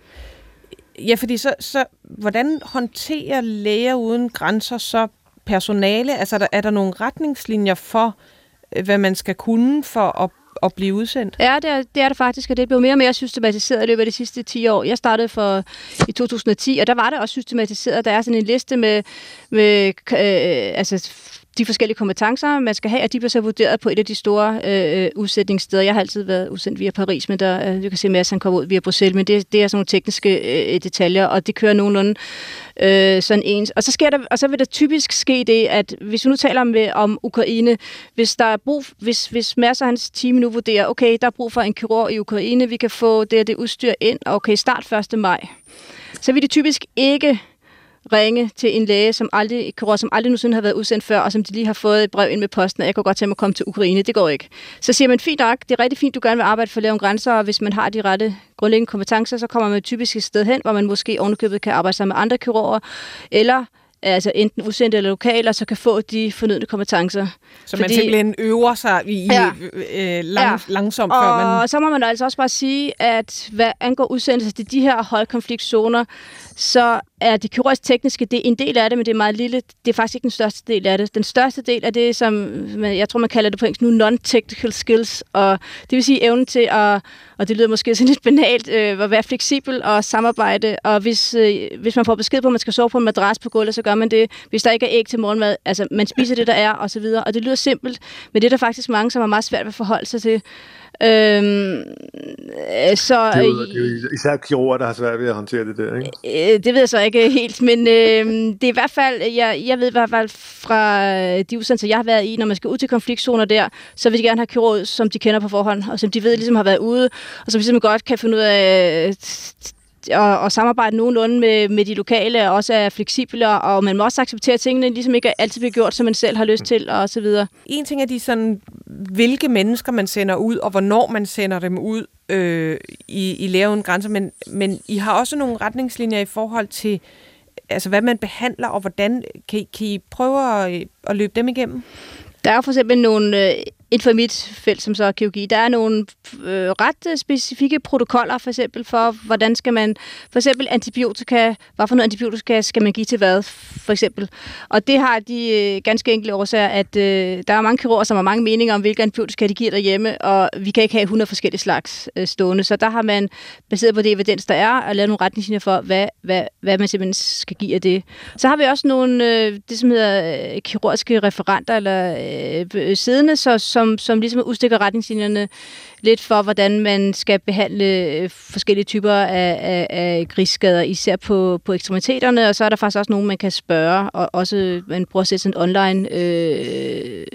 ja fordi så, så hvordan håndterer Læger uden Grænser så personale? Altså er der, er der nogle retningslinjer for, hvad man skal kunne for at, at blive udsendt? Ja, det er, det er det faktisk, og det blev mere og mere systematiseret i løbet af de sidste ti år. Jeg startede for i to tusind og ti, og der var det også systematiseret. Der er sådan en liste med, med øh, altså de forskellige kompetencer, man skal have, og de bliver så vurderet på et af de store øh, udsætningssteder. Jeg har altid været udsendt via Paris, men der, øh, du kan se, at Mads kommer ud via Bruxelles, men det, det er sådan nogle tekniske øh, detaljer, og det kører nogenlunde øh, sådan ens. Og så, sker der, og så vil der typisk ske det, at hvis vi nu taler om, om Ukraine, hvis der er brug, hvis, hvis Mads og hans team nu vurderer, okay, der er brug for en kirurg i Ukraine, vi kan få det og det udstyr ind, og okay, start første maj, så vil det typisk ikke ringe til en læge, som aldrig, kirurg, som aldrig nogensinde har været udsendt før, og som de lige har fået et brev ind med posten, at jeg kunne godt tænke mig at komme til Ukraine. Det går ikke. Så siger man, fint nok, det er rigtig fint, du gerne vil arbejde for Læger uden Grænser, og hvis man har de rette grundlæggende kompetencer, så kommer man typisk et sted hen, hvor man måske ovenikøbet kan arbejde sammen med andre kirurger, eller altså enten udsendte eller lokale, og så kan få de fornødne kompetencer. Så man Fordi, simpelthen øver sig i ja, øh, lang, ja. langsomt, og, før man... Og så må man altså også bare sige, at hvad angår udsendelser til de her højkonfliktzoner, så er det kirurgisk tekniske, det er en del af det, men det er meget lille. Det er faktisk ikke den største del af det. Den største del af det, som jeg tror, man kalder det på engelsk nu, non-technical skills, og det vil sige evnen til at, og det lyder måske sådan lidt banalt, øh, at være fleksibel og samarbejde, og hvis, øh, hvis man får besked på, at man skal sove på en madras på gulvet, så gør man det. Hvis der ikke er æg til morgenmad, altså man spiser det, der er, og så videre. Og det lyder simpelt, men det er der faktisk mange, som er meget svært ved at forholde sig til. Øhm, så, det, er jo, det er jo især kirurger, der har svært ved at håndtere det der, ikke? Øh, det ved jeg så ikke helt, men øh, det er i hvert fald, jeg, jeg ved i hvert fald fra de udsendelser, jeg har været i, når man skal ud til konfliktzoner der, så vil de gerne have kirurger, som de kender på forhånd, og som de ved ligesom har været ude, og som ligesom godt kan finde ud af og, og samarbejde nogenlunde med, med de lokale, og også er fleksible, og man må også acceptere, at tingene ligesom ikke altid bliver gjort, som man selv har lyst til, og så videre. En ting er de sådan, hvilke mennesker man sender ud, og hvornår man sender dem ud øh, i, i Læger uden grænser, men, men I har også nogle retningslinjer i forhold til, altså hvad man behandler, og hvordan kan I, kan I prøve at, at løbe dem igennem? Der er for eksempel nogle, øh, inden for mit felt, som så er kirurgi, der er nogle øh, ret specifikke protokoller, for eksempel for, hvordan skal man, for eksempel antibiotika, hvad for noget antibiotika skal man give til hvad, for eksempel. Og det har de øh, ganske enkle årsager, at øh, der er mange kirurger, som har mange meninger om, hvilke antibiotika de giver derhjemme, og vi kan ikke have hundrede forskellige slags øh, stående. Så der har man, baseret på det evidens, der er, og lavet nogle retningslinjer for, hvad, hvad, hvad man simpelthen skal give af det. Så har vi også nogle, øh, det som hedder øh, kirurgiske referenter, eller øh, siddende, så som, som ligesom udstikker retningslinjerne lidt for, hvordan man skal behandle forskellige typer af, af, af krigsskader, især på, på ekstremiteterne, og så er der faktisk også nogen, man kan spørge, og også man prøver at sætte sådan et online øh,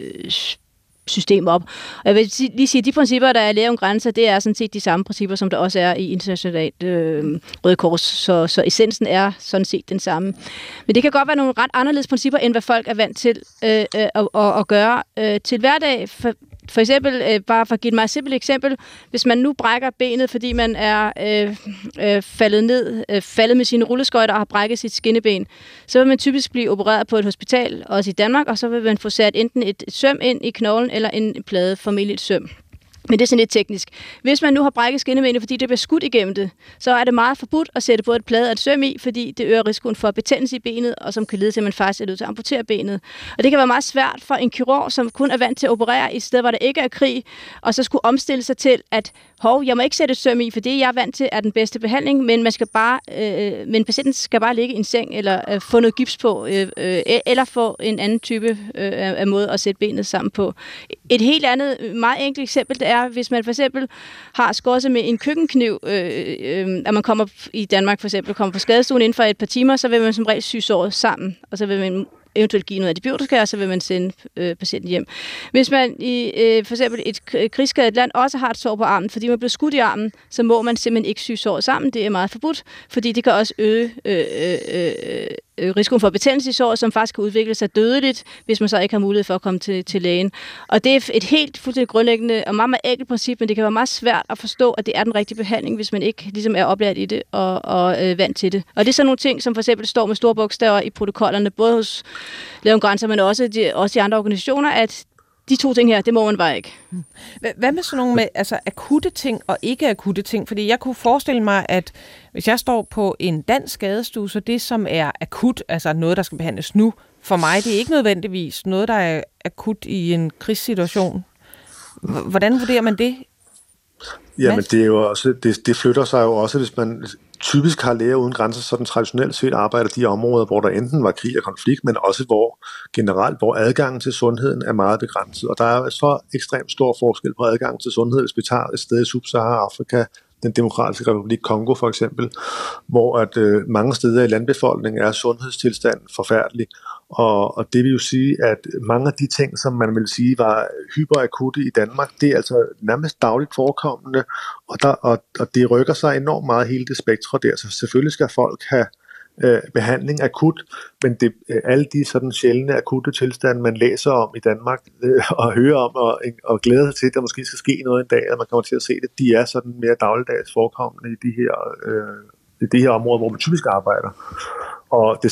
system op. Og jeg vil lige sige, at de principper, der er Læger uden grænser, det er sådan set de samme principper, som der også er i Internationalt øh, Røde Kors, så, så essensen er sådan set den samme. Men det kan godt være nogle ret anderledes principper, end hvad folk er vant til øh, øh, at, at, at gøre øh, til hverdag. For, for eksempel, øh, bare for at give et meget simpelt eksempel, hvis man nu brækker benet, fordi man er øh, øh, faldet ned, øh, faldet med sine rulleskøjter og har brækket sit skinneben, så vil man typisk blive opereret på et hospital, også i Danmark, og så vil man få sat enten et, et søm ind i knoglen, eller en plade, formentlig et søm. Men det er sådan lidt teknisk. Hvis man nu har brækket skinnebenet, fordi det bliver skudt igennem det, så er det meget forbudt at sætte både et plade og et søm i, fordi det øger risikoen for betændelse i benet, og som kan lede til, at man faktisk er nødt til at amputere benet. Og det kan være meget svært for en kirurg, som kun er vant til at operere i et sted, hvor der ikke er krig, og så skulle omstille sig til, at hov, jeg må ikke sætte et søm i, for det jeg er vant til er den bedste behandling, men man skal bare, øh, men patienten skal bare ligge i en seng, eller øh, få noget gips på, øh, øh, eller få en anden type øh, af måde at sætte benet sammen på. Et helt andet, meget enkelt eksempel, det er, hvis man for eksempel har skåret sig med en køkkenkniv, øh, øh, at man kommer i Danmark for eksempel, kommer på skadestuen inden for et par timer, så vil man som regel sy såret sammen, og så vil man eventuelt give noget antibiotika, og så vil man sende øh, patienten hjem. Hvis man i øh, for eksempel et krigsskadet land også har et sår på armen, fordi man bliver skudt i armen, så må man simpelthen ikke sy såret sammen. Det er meget forbudt, fordi det kan også øge øh, øh, øh, risikoen for betændelse i såret, som faktisk kan udvikle sig dødeligt, hvis man så ikke har mulighed for at komme til, til lægen. Og det er et helt fuldstændig grundlæggende og meget, meget enkelt princip, men det kan være meget svært at forstå, at det er den rigtige behandling, hvis man ikke ligesom er oplært i det og, og øh, vant til det. Og det er sådan nogle ting, som for eksempel står med store bogstaver i protokollerne, både hos Læger uden grænser, men også de, også de andre organisationer, at de to ting her, det må man bare ikke. Hvad med sådan nogle med altså, akutte ting og ikke akutte ting? Fordi jeg kunne forestille mig, at hvis jeg står på en dansk skadestue, så det, som er akut, altså noget, der skal behandles nu, for mig, det er ikke nødvendigvis noget, der er akut i en krigssituation. Hvordan vurderer man det? Jamen, det, er jo også, det, det flytter sig jo også, hvis man typisk har Læger uden grænser, så den traditionelt set arbejder de områder, hvor der enten var krig og konflikt, men også hvor generelt, hvor adgangen til sundheden er meget begrænset. Og der er så ekstremt stor forskel på adgangen til sundhed, hvis vi tager et sted i Sub-Sahara-Afrika, den demokratiske republik Kongo for eksempel, hvor at øh, mange steder i landbefolkningen er sundhedstilstanden forfærdelig. Og, og det vil jo sige, at mange af de ting, som man vil sige var hyperakutte i Danmark, det er altså nærmest dagligt forekommende, og, der, og, og det rykker sig enormt meget hele det spektrum der. Så selvfølgelig skal folk have øh, behandling akut, men det, øh, alle de sådan sjældne akutte tilstande, man læser om i Danmark øh, og hører om og, og glæder sig til, at der måske skal ske noget en dag, og man kommer til at se det, de er sådan mere dagligdags forekommende i de her, øh, i de her områder, hvor man typisk arbejder. Og det samme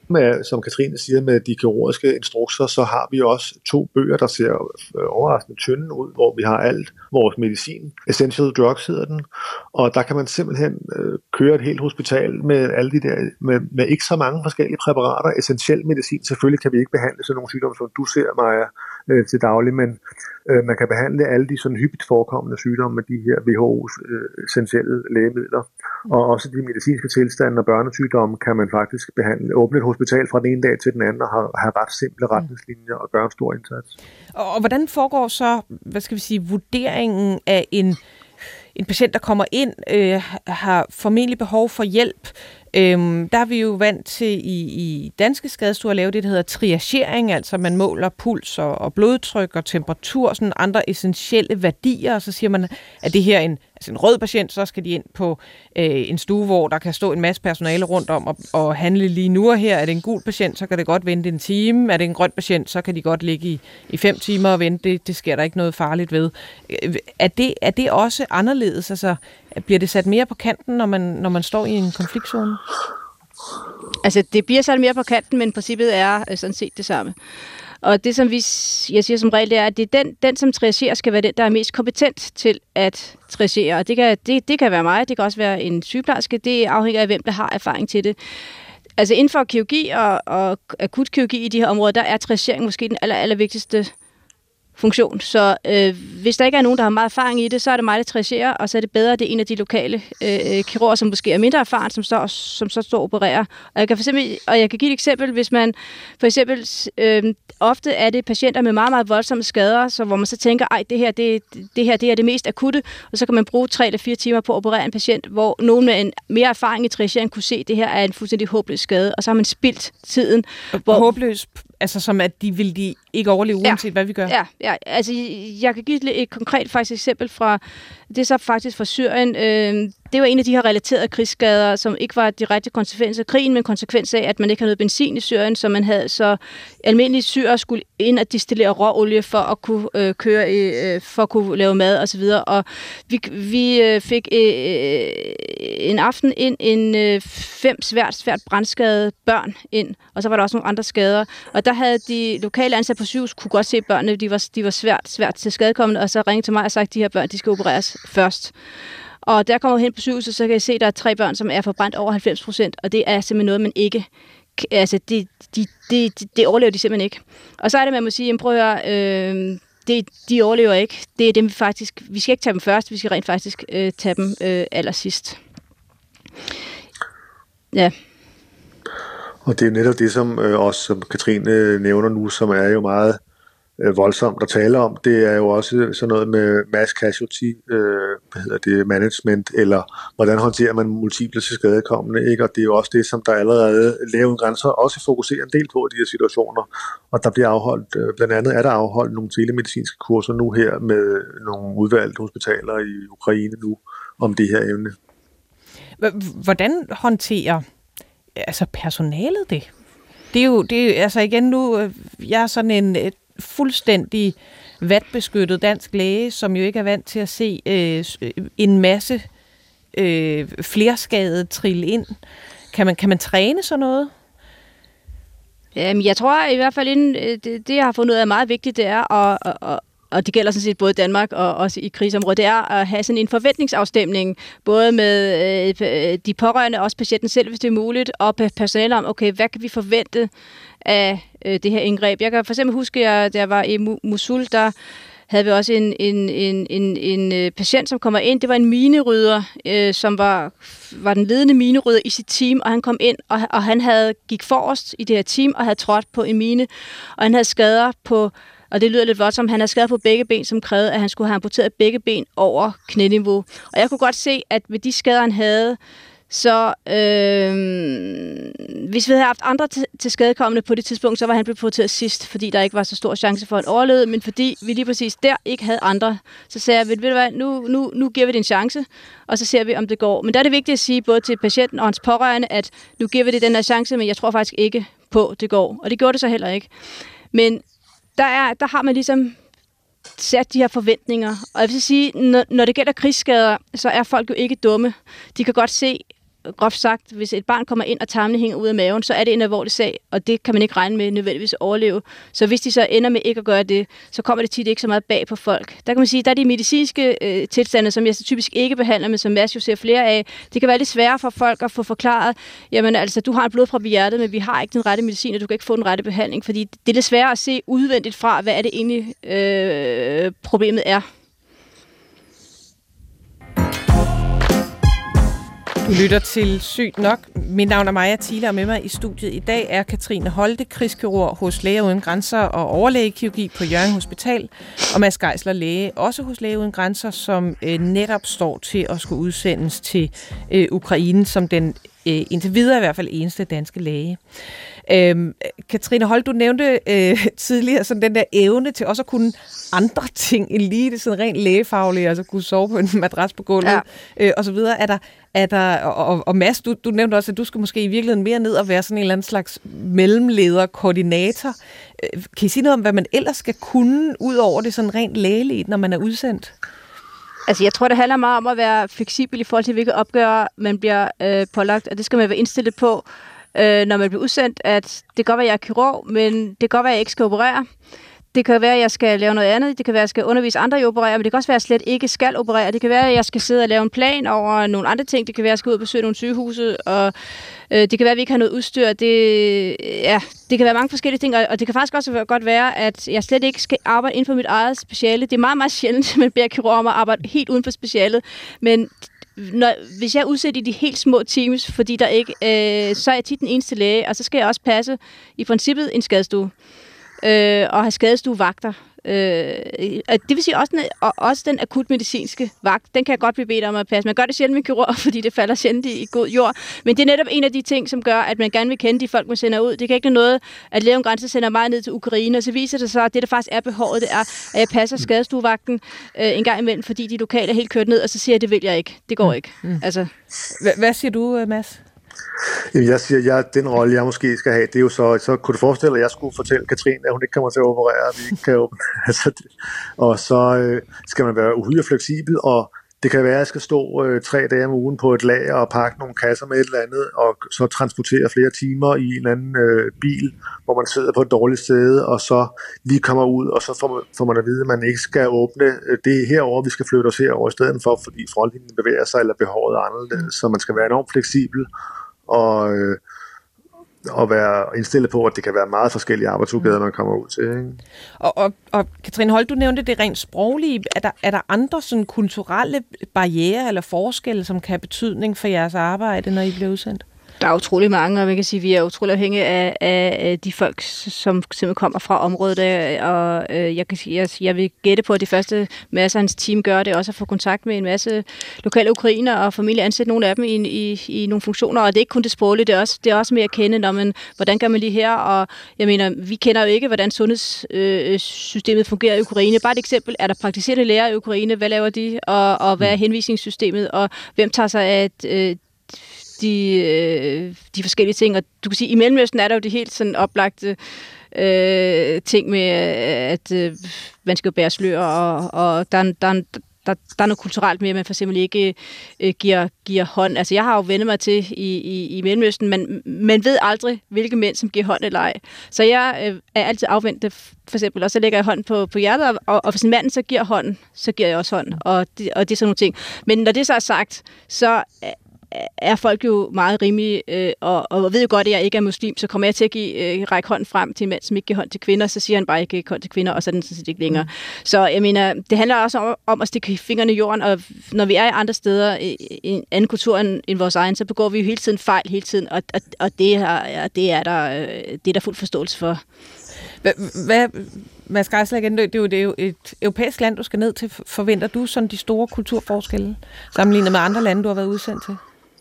med, som Katrine siger, med de kirurgiske instrukser, så har vi også to bøger, der ser overraskende tynde ud, hvor vi har alt vores medicin. Essential Drugs hedder den, og der kan man simpelthen øh, køre et helt hospital med alle de der, med, med ikke så mange forskellige præparater. Essentiel medicin, selvfølgelig kan vi ikke behandle sådan nogle sygdomme, som du ser, Maja, øh, til daglig, men øh, man kan behandle alle de sådan hyppigt forekommende sygdomme med de her W H O's øh, essentielle lægemidler. Og også de medicinske tilstande og børnesygdomme kan man faktisk behandle. Åbne et hospital fra den ene dag til den anden og have, have ret simple retningslinjer og gøre en stor indsats. Og, og hvordan foregår så, hvad skal vi sige, vurderingen af en, en patient, der kommer ind, øh, har formentlig behov for hjælp? Øhm, der er vi jo vant til i, i danske skadestuer at lave det, der hedder triagering, altså man måler puls og, og blodtryk og temperatur, sådan andre essentielle værdier, og så siger man, at det her er en, altså en rød patient, så skal de ind på øh, en stue, hvor der kan stå en masse personale rundt om og, og handle lige nu og her. Er det en gul patient, så kan det godt vente en time. Er det en grøn patient, så kan de godt ligge i, i fem timer og vente. Det, det sker der ikke noget farligt ved. Er det, er det også anderledes? Altså, bliver det sat mere på kanten, når man, når man står i en konfliktzone? Altså, det bliver sat mere på kanten, men princippet er øh, sådan set det samme. Og det, som vi, jeg siger som regel, det er, at det er den, den, som triagerer, skal være den, der er mest kompetent til at triagere. Og det kan, det, det kan være mig, det kan også være en sygeplejerske. Det afhænger af, hvem der har erfaring til det. Altså, inden for kirurgi og, og akutkirurgi i de her områder, der er triagering måske den aller, aller vigtigste funktion. Så øh, hvis der ikke er nogen, der har meget erfaring i det, så er det mig, der triagerer, og så er det bedre, at det er en af de lokale øh, kirurger, som måske er mindre erfaren, som, står, som så står og opererer. Og jeg kan for eksempel, og jeg kan give et eksempel, hvis man for eksempel, øh, ofte er det patienter med meget, meget voldsomme skader, så hvor man så tænker, ej, det her, det, det her, det er det mest akutte, og så kan man bruge tre eller fire timer på at operere en patient, hvor nogen med en mere erfaring i triagering kunne se, at det her er en fuldstændig håbløs skade, og så har man spildt tiden. Hvor håbløs, altså som at de vil de ikke overleve, uanset ja, hvad vi gør? Ja, ja, altså jeg kan give et, et konkret faktisk eksempel fra, det er så faktisk fra Syrien. Øh, det var en af de her relaterede krigsskader, som ikke var direkte konsekvens af krigen, men konsekvens af, at man ikke havde noget benzin i Syrien, så man havde så almindelige syrere skulle ind og distillere råolie for at kunne øh, køre, øh, for at kunne lave mad og så videre. Og vi, vi øh, fik øh, en aften ind en øh, fem svært, svært brandskadede børn ind, og så var der også nogle andre skader. Og der havde de lokale ansatte på sygehus kunne godt se børnene, de var, de var svært, svært til skadekommende, og så ringede til mig og sagde, at de her børn, de skal opereres først. Og der kommer hen på sygehuset, så kan jeg se, at der er tre børn, som er forbrændt over halvfems procent, og det er simpelthen noget, man ikke, altså det, de, de, de, det overlever de simpelthen ikke. Og så er det, man må sige, jamen prøv at høre, øh, det, de overlever ikke. Det er dem, vi faktisk, vi skal ikke tage dem først, vi skal rent faktisk øh, tage dem øh, allersidst. Ja. Og det er netop det, som øh, også, som Katrine nævner nu, som er jo meget øh, voldsomt at tale om. Det er jo også sådan noget med mass casualty, øh, hvad hedder det, management, eller hvordan håndterer man multiple skadekommende, ikke? Og det er jo også det, som der allerede lavet grænser også fokuserer en del på i de her situationer. Og der bliver afholdt, øh, blandt andet er der afholdt nogle telemedicinske kurser nu her med nogle udvalgte hospitaler i Ukraine nu om det her emne. Hvordan håndterer altså personalet det? Det er jo, det er, altså igen nu, jeg er sådan en et fuldstændig vatbeskyttet dansk læge, som jo ikke er vant til at se øh, en masse øh, flerskadede trille ind. Kan man, kan man træne sådan noget? Jamen, jeg tror i hvert fald, inden, det, det jeg har fundet ud af er meget vigtigt, det er at, at og det gælder sådan set både i Danmark og også i krigsområdet, det er at have sådan en forventningsafstemning, både med øh, de pårørende, også patienten selv, hvis det er muligt, og personale om, okay, hvad kan vi forvente af øh, det her indgreb? Jeg kan for eksempel huske, at da jeg var i Mosul, der havde vi også en, en, en, en, en patient, som kommer ind. Det var en minerydder, øh, som var, var den ledende minerydder i sit team, og han kom ind, og, og han havde gik forrest i det her team, og havde trådt på en mine, og han havde skader på, og det lyder lidt voldsomt, han havde skader på begge ben, som krævede, at han skulle have amputeret begge ben over knæniveau. Og jeg kunne godt se, at ved de skader, han havde, så øh, hvis vi havde haft andre til, til skadekommende på det tidspunkt, så var han blevet prioriteret sidst, fordi der ikke var så stor chance for at overleve, men fordi vi lige præcis der ikke havde andre, så sagde jeg, ved du hvad, nu, nu, nu giver vi det en chance, og så ser vi, om det går. Men der er det vigtigt at sige, både til patienten og hans pårørende, at nu giver vi det den her chance, men jeg tror faktisk ikke på, det går. Og det gjorde det så heller ikke. Men der, er, der har man ligesom sat de her forventninger. Og jeg vil sige, når, når det gælder krigsskader, så er folk jo ikke dumme. De kan godt se, groft sagt, hvis et barn kommer ind, og tarmene hænger ud af maven, så er det en alvorlig sag, og det kan man ikke regne med nødvendigvis at overleve. Så hvis de så ender med ikke at gøre det, så kommer det tit ikke så meget bag på folk. Der kan man sige, der er de medicinske øh, tilstande, som jeg så typisk ikke behandler, men som Mads jo ser flere af. Det kan være lidt sværere for folk at få forklaret, jamen altså, du har en blodprop i hjertet, men vi har ikke den rette medicin, og du kan ikke få den rette behandling, fordi det er lidt sværere at se udvendigt fra, hvad er det egentlig øh, problemet er. Du lytter til Sygt Nok. Mit navn er Maja Thiele, og med mig i studiet i dag er Katrine Holte, krigskirurg hos Læger Uden Grænser og overlægekirurgi på Hjørring Hospital, og Mads Geisler, læge, også hos Læger Uden Grænser, som øh, netop står til at skulle udsendes til øh, Ukraine, som den øh, indtil videre i hvert fald eneste danske læge. Øhm, Katrine Holt, du nævnte øh, tidligere sådan den der evne til også at kunne andre ting end lige det sådan rent lægefaglige, altså kunne sove på en madras på gulvet, ja. øh, og så videre. Er der, er der, og, og Mads, du, du nævnte også, at du skal måske i virkeligheden mere ned og være sådan en eller anden slags mellemleder, koordinator. Øh, kan I sige noget om, hvad man ellers skal kunne, ud over det sådan rent lægeligt, når man er udsendt? Altså, jeg tror, det handler meget om at være fleksibel i forhold til, hvilke opgaver man bliver øh, pålagt, og det skal man være indstillet på, øh, når man bliver udsendt, at det kan godt være, at jeg er kirurg, men det kan godt være, at jeg ikke skal operere. Det kan være, at jeg skal lave noget andet. Det kan være, at jeg skal undervise andre i at operere, men det kan også være, at jeg slet ikke skal operere. Det kan være, at jeg skal sidde og lave en plan over nogle andre ting. Det kan være, at jeg skal ud og besøge nogle sygehuse, og øh, det kan være, at vi ikke har noget udstyr. Det, ja, det kan være mange forskellige ting, og, og det kan faktisk også godt være, at jeg slet ikke skal arbejde inden for mit eget speciale. Det er meget, meget sjældent, at man beder kirurg om at arbejde helt uden for specialet, men når, hvis jeg er udsat i de helt små teams, fordi der ikke, øh, så er jeg tit den eneste læge, og så skal jeg også passe i princippet en skadestue. Øh, og have skadestuevagter. Øh, det vil sige også den, også den akutmedicinske vagt, den kan jeg godt blive bedt om at passe. Man gør det sjældent med kirurg, fordi det falder sjældent i, i god jord. Men det er netop en af de ting, som gør, at man gerne vil kende de folk, man sender ud. Det kan ikke noget, at Læger Uden Grænser sender mig ned til Ukraine, og så viser det sig, at det, der faktisk er behovet, det er, at jeg passer skadestuevagten øh, en gang imellem, fordi de lokale er helt kørt ned, og så siger jeg, det vil jeg ikke. Det går ikke. Mm. Altså. H- hvad siger du, Mads? Jamen, jeg siger, jeg, den rolle, jeg måske skal have, det er jo så, så kunne du forestille dig, at jeg skulle fortælle Katrine, at hun ikke kommer til at operere, at vi ikke kan åbne. altså, det, og så øh, skal man være uhyre fleksibel, og det kan være, at jeg skal stå øh, tre dage om ugen på et lager og pakke nogle kasser med et eller andet, og så transportere flere timer i en eller anden øh, bil, hvor man sidder på et dårligt sted, og så lige kommer ud, og så får man, får man at vide, at man ikke skal åbne det herover, vi skal flytte os herover i stedet for, fordi frontlinjen bevæger sig, eller behovet er anderledes, så man skal være enormt fleksibel, og, øh, og være indstillet på, at det kan være meget forskellige arbejdsopgaver, man kommer ud til. Ikke? Og, og, og Katrine Holt, du nævnte det rent sproglige. Er der, er der andre sådan kulturelle barrierer eller forskelle, som kan have betydning for jeres arbejde, når I bliver udsendt? Der er utrolig mange, og man kan sige, at vi er utrolig afhængige af, af de folk, som simpelthen kommer fra området. Og øh, jeg kan sige, jeg, jeg vil gætte på, at det første masse af hans team gør, det er også at få kontakt med en masse lokale ukrainer og familie, ansætte nogle af dem i, i, i nogle funktioner. Og det er ikke kun det sproglige, det er også, det er også mere at kende, når man, hvordan gør man lige her. Og jeg mener, vi kender jo ikke, hvordan sundhedssystemet øh, fungerer i Ukraine. Bare et eksempel, er der praktiserende læger i Ukraine? Hvad laver de? Og, og hvad er henvisningssystemet? Og hvem tager sig af øh, De, øh, de forskellige ting, og du kan sige, i Mellemøsten er der jo de helt sådan oplagte øh, ting med, at øh, man skal jo bære slør, og, og der, der, der, der er noget kulturelt med, at man for eksempel ikke øh, giver, giver hånd. Altså, jeg har jo vendt mig til i, i, i Mellemøsten, men man ved aldrig, hvilke mænd, som giver hånd eller ej. Så jeg øh, er altid afvendt, for eksempel, og så lægger jeg hånden på, på hjertet, og, og hvis en mand så giver hånden, så giver jeg også hånd, og det, og det er sådan nogle ting. Men når det så er sagt, så er folk jo meget rimelige, øh, og, og ved jo godt, at jeg ikke er muslim, så kommer jeg til at give, øh, række hånden frem til en mand, som ikke giver hånd til kvinder, så siger han bare, ikke hånd til kvinder, og så er den sådan set ikke længere. Mm. Så jeg mener, det handler også om, om at stikke fingrene i jorden, og når vi er i andre steder, i, i en anden kultur end, end vores egen, så begår vi jo hele tiden fejl hele tiden, og, og, og det, er, ja, det, er der, det er der fuld forståelse for. Hvad, Mads Geisler igen, det er, jo, det er jo et europæisk land, du skal ned til. Forventer du sådan de store kulturforskelle, sammenlignet med andre lande, du har været udsendt til?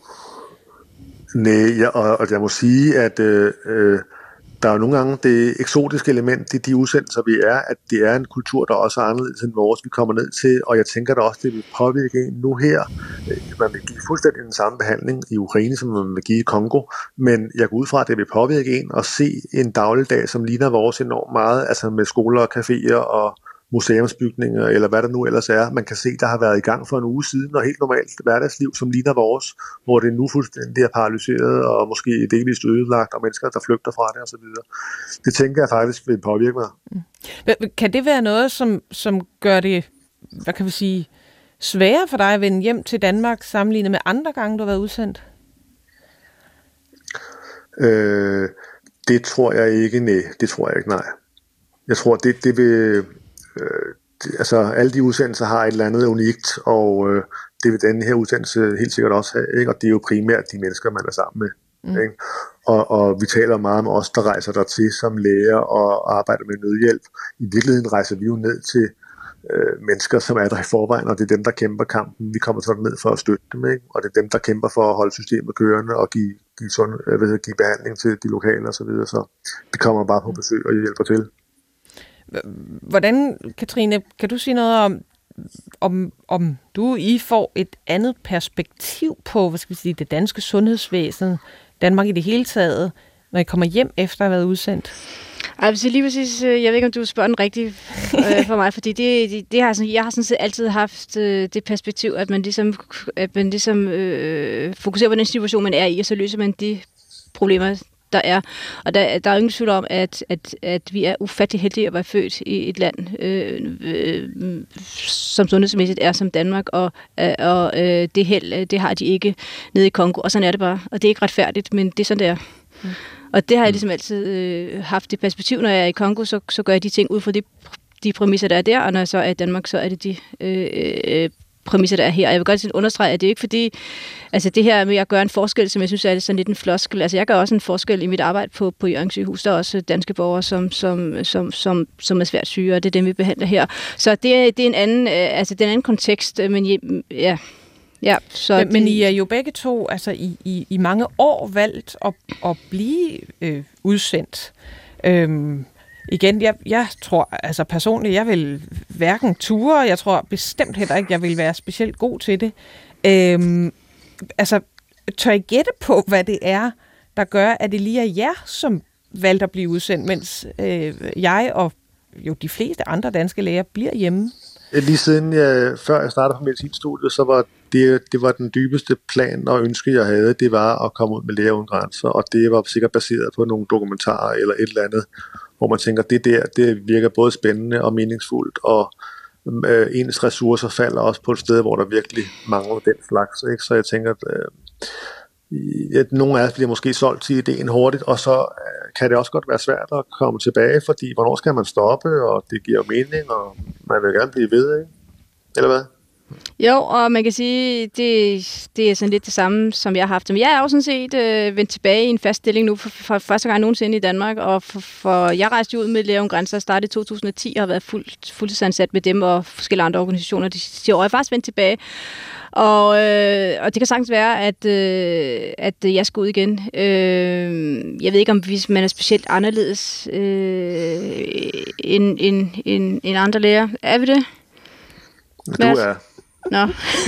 Nej, ja, og, og jeg må sige, at øh, der er jo nogle gange det eksotiske element i de udsendelser, vi er, at det er en kultur, der også er anderledes end vores, vi kommer ned til, og jeg tænker da også, det vil påvirke en nu her. Man vil give fuldstændig den samme behandling i Ukraine, som man vil give i Kongo, men jeg går ud fra, at det vil påvirke en at se en dagligdag, som ligner vores enormt meget, altså med skoler og caféer og museumsbygninger, eller hvad der nu ellers er, man kan se, der har været i gang for en uge siden, og helt normalt hverdagsliv, som ligner vores, hvor det nu fuldstændig er paralyseret, og måske delvist ødelagt, og mennesker, der flygter fra det, osv. Det tænker jeg faktisk vil påvirke mig. Kan det være noget, som, som gør det, hvad kan vi sige, sværere for dig at vende hjem til Danmark, sammenlignet med andre gange, du har været udsendt? Øh, det tror jeg ikke, nej. Det tror jeg ikke, nej. Jeg tror, det, det vil... Øh, det, altså, alle de udsendelser har et eller andet unikt, og øh, det vil den her udsendelse helt sikkert også have, ikke? Og det er jo primært de mennesker, man er sammen med. Mm. Ikke? Og, og vi taler meget om os, der rejser der til som læger og arbejder med nødhjælp. I virkeligheden rejser vi jo ned til øh, mennesker, som er der i forvejen, og det er dem, der kæmper kampen. Vi kommer sådan ned for at støtte dem, ikke? Og det er dem, der kæmper for at holde systemet kørende og give, give, sund, øh, ved, give behandling til de lokale osv. Så, så vi kommer bare på besøg og hjælper til. Hvordan, Katrine, kan du sige noget om, om, om du I får et andet perspektiv på, hvad skal vi sige, det danske sundhedsvæsen, Danmark i det hele taget, når I kommer hjem efter at have været udsendt? Altså lige præcis, jeg ved ikke, om du spørger den rigtigt øh, for mig, fordi det, det, det har sådan, jeg har sådan set altid haft øh, det perspektiv, at man ligesom, at man ligesom øh, fokuserer på den situation, man er i, og så løser man de problemer, der er. Og der, der er jo ingen tvivl om, at, at, at vi er ufattelig heldige at være født i et land, øh, øh, som sundhedsmæssigt er som Danmark, og, øh, og øh, det held, det har de ikke nede i Kongo, og sådan er det bare. Og det er ikke retfærdigt, men det er sådan, det er. Mm. Og det har jeg ligesom altid øh, haft det perspektiv, når jeg er i Kongo, så, så gør jeg de ting ud fra de, de præmisser, der er der, og når jeg så er i Danmark, så er det de øh, øh, præmisser, der er her. Og jeg vil godt understrege, at det er ikke fordi, altså det her med at gøre en forskel, som jeg synes er sådan lidt en floskel. Altså jeg gør også en forskel i mit arbejde på, på Hjørring sygehus. Der er også danske borgere, som, som, som, som, som er svært syge, og det er dem, vi behandler her. Så det, det er en anden, altså det er en anden kontekst, men ja... Ja, så men, men I er jo begge to altså i, i, i mange år valgt at, at blive øh, udsendt. Øhm, igen, jeg, jeg tror altså personligt, jeg vil hverken ture, jeg tror bestemt heller ikke, jeg vil være specielt god til det. Øhm, altså, tør I gætte på, hvad det er, der gør, at det lige er jer, som valgte at blive udsendt, mens øh, jeg og jo de fleste andre danske læger bliver hjemme? Lige siden jeg, før jeg startede på medicinstudiet, så var det, det var den dybeste plan og ønske, jeg havde, det var at komme ud med Læger Uden Grænser, og det var sikkert baseret på nogle dokumentarer eller et eller andet, hvor man tænker, det der, det virker både spændende og meningsfuldt, og øh, ens ressourcer falder også på et sted, hvor der virkelig mangler den slags, ikke? Så jeg tænker, at, øh, at nogle af os bliver måske solgt til ideen hurtigt, og så øh, kan det også godt være svært at komme tilbage, fordi hvornår skal man stoppe, og det giver mening, og man vil gerne blive ved, ikke? Eller hvad? Jo, og man kan sige, det, det er sådan lidt det samme, som jeg har haft. Men jeg er jo sådan set øh, vendt tilbage i en fast stilling nu for, for første gang nogensinde i Danmark, og for, for jeg rejste ud med Læger Uden Grænser og startede i to tusind og ti og har været fuldt, fuldtidsansat med dem og forskellige andre organisationer de sidste år. Jeg er faktisk vendt tilbage, og, øh, og det kan sagtens være, at, øh, at jeg skal ud igen. Øh, jeg ved ikke, om hvis man er specielt anderledes øh, end, end, end, end andre læger. Er vi det? Du er. Nå.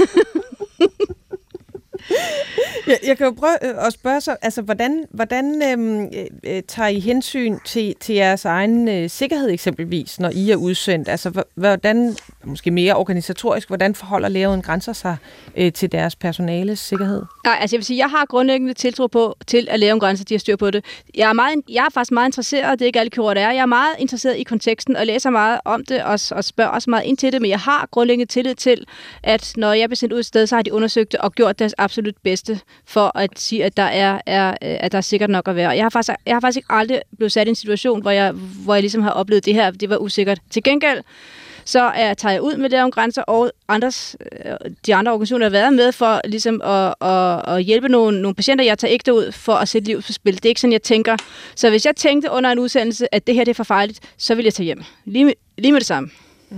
jeg, jeg kan jo prøve at spørge så, altså hvordan, hvordan øhm, øh, tager I hensyn til, til jeres egen øh, sikkerhed eksempelvis, når I er udsendt? Altså hvordan, måske mere organisatorisk, hvordan forholder Læger Uden Grænser sig øh, til deres personales sikkerhed? Nej, altså jeg vil sige, jeg har grundlæggende tiltro på, til at Læger Uden Grænser, de har styr på det. Jeg er, meget, jeg er faktisk meget interesseret, det er ikke alle kirurger, det er. Jeg er meget interesseret i konteksten og læser meget om det og, og spørger også meget ind til det, men jeg har grundlæggende tillid til, at når jeg bliver sendt ud et sted, så har de undersøgt det og gjort deres absolut bedste for at sige, at der er, er, at der er sikkert nok at være. Jeg har faktisk, jeg har faktisk ikke aldrig blevet sat i en situation, hvor jeg, hvor jeg ligesom har oplevet det her, det var usikkert. Til gengæld, så er, tager jeg ud med Læger Uden Grænser og andres, de andre organisationer, der har været med for ligesom at, at, at hjælpe nogle, nogle patienter. Jeg tager ikke ud for at sætte livet på spil. Det er ikke sådan, jeg tænker. Så hvis jeg tænkte under en udsendelse, at det her det er for farligt, så vil jeg tage hjem. Lige med, lige med det samme.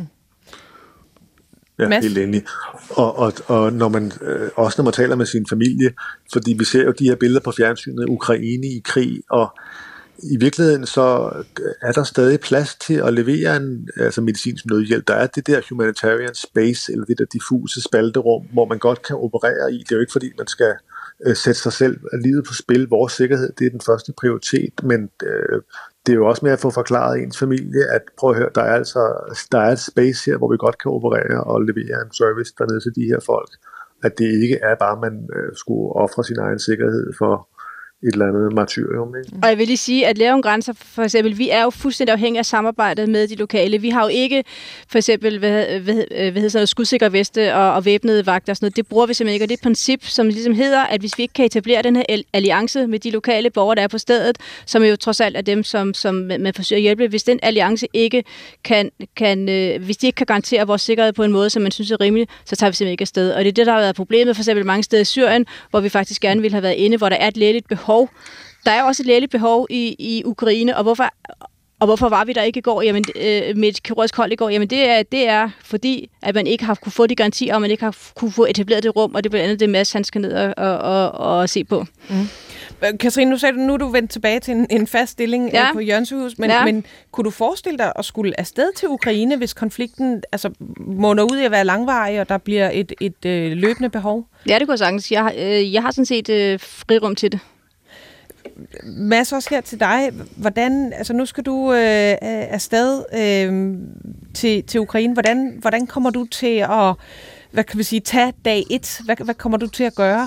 Ja, Mads? Helt enig. Og, og, og når man, øh, også når man taler med sin familie, fordi vi ser jo de her billeder på fjernsynet, Ukraine i krig, og i virkeligheden så er der stadig plads til at levere en altså medicinsk nødhjælp. Der er det der humanitarian space, eller det der diffuse spalterum, hvor man godt kan operere i. Det er jo ikke fordi, man skal øh, sætte sig selv af livet på spil. Vores sikkerhed, det er den første prioritet, men øh, det er jo også med at få forklaret ens familie, at prøv at høre, der er altså der er et space her, hvor vi godt kan operere og levere en service dernede til de her folk. At det ikke er bare, at man øh, skulle ofre sin egen sikkerhed for et eller andet martyrium. Ikke? Og jeg vil lige sige, at Læger uden Grænser, for eksempel, vi er jo fuldstændig afhængige af samarbejdet med de lokale. Vi har jo ikke, for eksempel, hvad, hvad, hvad hedder sådan noget, skudsikre veste og, og væbnede vagter og sådan noget. Det bruger vi simpelthen ikke, og det er et princip, som ligesom hedder, at hvis vi ikke kan etablere den her alliance med de lokale borgere, der er på stedet, som jo trods alt er dem, som, som man forsøger at hjælpe, hvis den alliance ikke kan, kan øh, hvis de ikke kan garantere vores sikkerhed på en måde, som man synes er rimelig, så tager vi simpelthen ikke afsted. Og det er det, der har været problemet, for eksempel mange steder i Syrien, hvor vi faktisk gerne ville have været inde, hvor der er et lægeligt behov. Der er også et lægeligt behov i, i Ukraine, og hvorfor, og hvorfor var vi der ikke i går? Jamen, øh, med et kirurgisk hold i går? Jamen, det er, det er fordi, at man ikke har kunne få de garantier, og man ikke har kunne få etableret det rum, og det er blandt andet det, Mads han skal ned og, og, og, og se på. Mm. Katrine, nu sagde du, nu er du vendt tilbage til en, en fast stilling ja. på Jørgenshus, men, ja. men kunne du forestille dig at skulle afsted til Ukraine, hvis konflikten altså, munder ud i at være langvarig, og der bliver et, et øh, løbende behov? Ja, det kunne jeg sagtens. Jeg, øh, jeg har sådan set øh, frirum til det. Mads, også her til dig. Hvordan, altså nu skal du øh, afsted øh, til, til Ukraine. Hvordan, hvordan kommer du til at, hvad kan vi sige, tage dag et? Hvad, hvad kommer du til at gøre?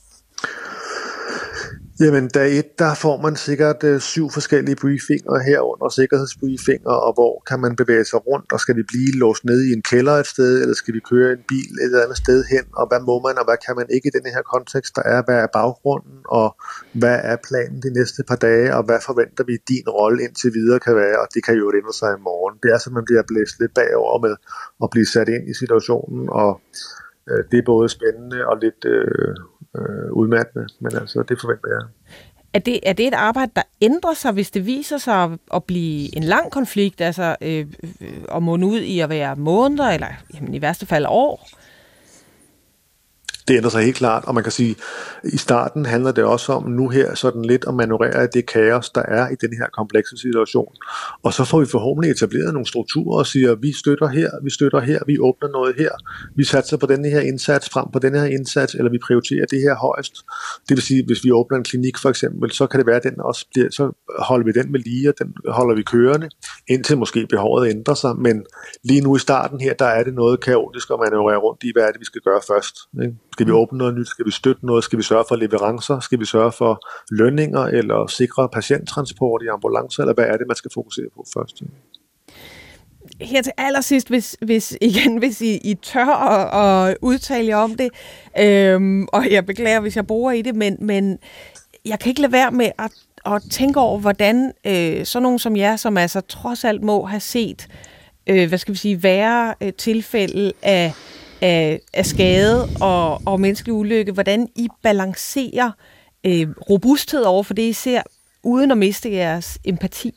Jamen, dag et, der får man sikkert øh, syv forskellige briefinger herunder, sikkerhedsbriefinger, og hvor kan man bevæge sig rundt, og skal vi blive låst nede i en kælder et sted, eller skal vi køre en bil et eller andet sted hen, og hvad må man, og hvad kan man ikke i denne her kontekst, der er, hvad er baggrunden, og hvad er planen de næste par dage, og hvad forventer vi din rolle indtil videre kan være, og det kan jo ændre sig i morgen. Det er så, man bliver blæst lidt bagover med at blive sat ind i situationen, og øh, det er både spændende og lidt Øh, Øh, udmattende, men altså, det forventer jeg. Er det, er det et arbejde, der ændrer sig, hvis det viser sig at blive en lang konflikt, altså øh, øh, og munde ud i at være måneder, eller jamen, i værste fald år? Det ændrer sig helt klart, og man kan sige, at i starten handler det også om nu her sådan lidt at manøvrere det kaos, der er i den her komplekse situation. Og så får vi forhåbentlig etableret nogle strukturer og siger, vi støtter her, vi støtter her, vi åbner noget her, vi satser på denne her indsats, frem på denne her indsats, eller vi prioriterer det her højst. Det vil sige, hvis vi åbner en klinik for eksempel, så kan det være, at den også bliver, så holder vi den ved lige, og den holder vi kørende, indtil måske behovet ændrer sig. Men lige nu i starten her, der er det noget kaotisk at manøvrere rundt i, hvad er det, vi skal gøre først, ikke? Skal vi åbne noget nyt? Skal vi støtte noget? Skal vi sørge for leverancer? Skal vi sørge for lønninger eller sikre patienttransport i ambulancer? Eller hvad er det, man skal fokusere på først? Her til allersidst, hvis, hvis, igen, hvis I, I tør at, at udtale jer om det, øhm, og jeg beklager, hvis jeg bruger i det, men, men jeg kan ikke lade være med at, at tænke over, hvordan øh, sådan nogen som jer, som altså trods alt må have set, øh, hvad skal vi sige, værre øh, tilfælde af Af, af skade og, og menneskelig ulykke, hvordan I balancerer øh, robusthed over for det, I ser, uden at miste jeres empati?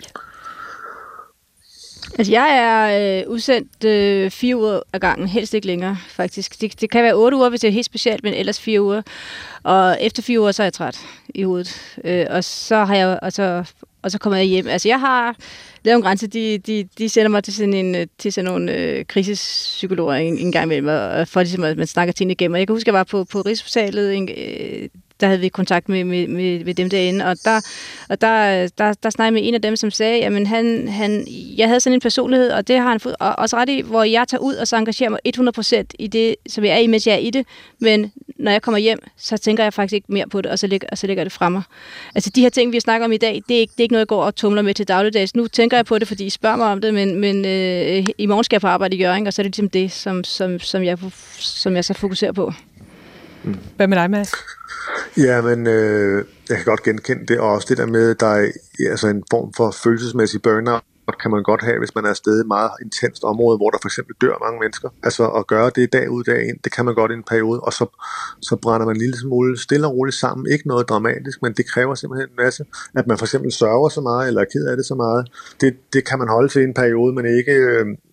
Altså, jeg er øh, udsendt øh, fire uger ad gangen, helst ikke længere, faktisk. Det, det kan være otte uger, hvis det er helt specielt, men ellers fire uger. Og efter fire uger, så er jeg træt i hovedet. Øh, og så har jeg, og så, og så kommer jeg hjem. Altså, jeg har Læger uden Grænser, de, de, de sender mig til sådan, en, til sådan nogle øh, krisepsykologer en, en gang imellem, og for ligesom, at man snakker tingene igennem. Og jeg kan huske, at jeg var på, på Rigshospitalet, en, øh, der havde vi kontakt med, med, med, med dem derinde, og der, og der, der, der snakkede med en af dem, som sagde, jamen han, han, jeg havde sådan en personlighed, og det har han fået, og også ret i, hvor jeg tager ud og så engagerer mig hundrede procent i det, som jeg er i, mens jeg er i det, men når jeg kommer hjem, så tænker jeg faktisk ikke mere på det, og så lægger, og så lægger det fra mig. Altså de her ting, vi snakker om i dag, det er ikke, det er ikke noget, jeg går og tumler med til dagligdags. Nu tænker jeg på det, fordi I spørger mig om det, men, men øh, i morgen skal jeg på arbejde i Hjørring, og så er det ligesom det, som, som, som, jeg, som jeg så fokuserer på. Mm. Hvad med dig, Mads? Ja, men øh, jeg kan godt genkende det, og også det der med, at der er altså en form for følelsesmæssig burnout, kan man godt have, hvis man er afsted i et meget intenst område, hvor der for eksempel dør mange mennesker. Altså at gøre det dag ud dag ind, det kan man godt i en periode, og så, så brænder man en lille smule stille og roligt sammen. Ikke noget dramatisk, men det kræver simpelthen en masse, at man for eksempel sørger så meget, eller er ked af det så meget. Det, det kan man holde til i en periode, men ikke, øh,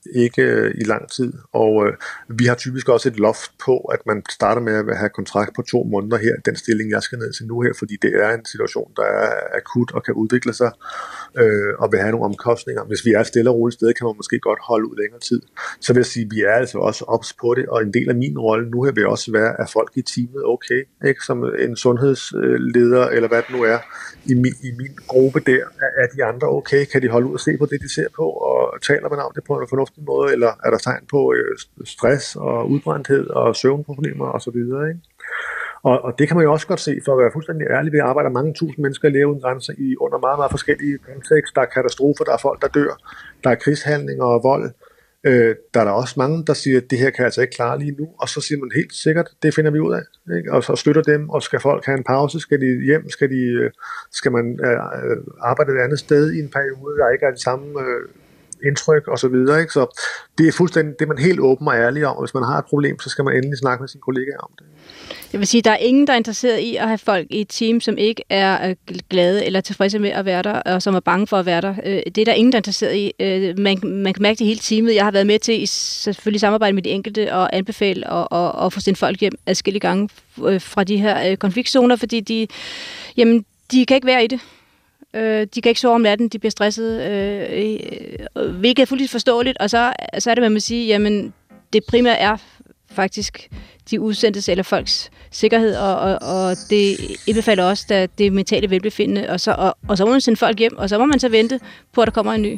ikke øh, i lang tid, og øh, vi har typisk også et loft på, at man starter med at have kontrakt på to måneder her, den stilling, jeg skal ned til nu her, fordi det er en situation, der er akut og kan udvikle sig, øh, og vil have nogle omkostninger. Hvis vi er et stille og roligt sted, kan man måske godt holde ud længere tid. Så vil jeg sige, at vi er altså også ops på det, og en del af min rolle nu her vil også være, at folk i teamet okay, ikke? Som en sundhedsleder, eller hvad det nu er, i min, i min gruppe der, er de andre okay? Kan de holde ud og se på det, de ser på, og taler man om det på en fornuftig måde, eller er der tegn på øh, stress og udbrændthed og søvnproblemer osv., ikke? Og, og det kan man jo også godt se, for at være fuldstændig ærlig, vi arbejder mange tusind mennesker i Læger Uden Grænser i under meget, meget forskellige kontekster. Der er katastrofer, der er folk, der dør, der er krigshandlinger og vold. Øh, der er der også mange, der siger, at det her kan jeg altså ikke klare lige nu, og så siger man helt sikkert, det finder vi ud af, ikke? Og så støtter dem, og skal folk have en pause, skal de hjem, skal, de, skal man øh, arbejde et andet sted i en periode, der ikke er det samme øh, indtryk og så videre, ikke? Så det er fuldstændig, det er man helt åben og ærlig om, og hvis man har et problem, så skal man endelig snakke med sine kollegaer om det. Jeg vil sige, at der er ingen, der er interesseret i at have folk i et team, som ikke er glade eller tilfredse med at være der, og som er bange for at være der. Det er der ingen, der er interesseret i. Man, man kan mærke det hele teamet. Jeg har været med til i selvfølgelig samarbejde med de enkelte og anbefale og, og, og få sendt folk hjem adskillige gange fra de her konfliktzoner, fordi de, jamen, de kan ikke være i det. De kan ikke sove om natten, de bliver stresset, hvilket er fuldstændig forståeligt, og så, så er det, man må sige, jamen, det primære er faktisk de udsendtes eller folks sikkerhed, og, og, og det indbefatter også der, det mentale velbefindende, og så, og, og så må man sende folk hjem, og så må man så vente på, at der kommer en ny.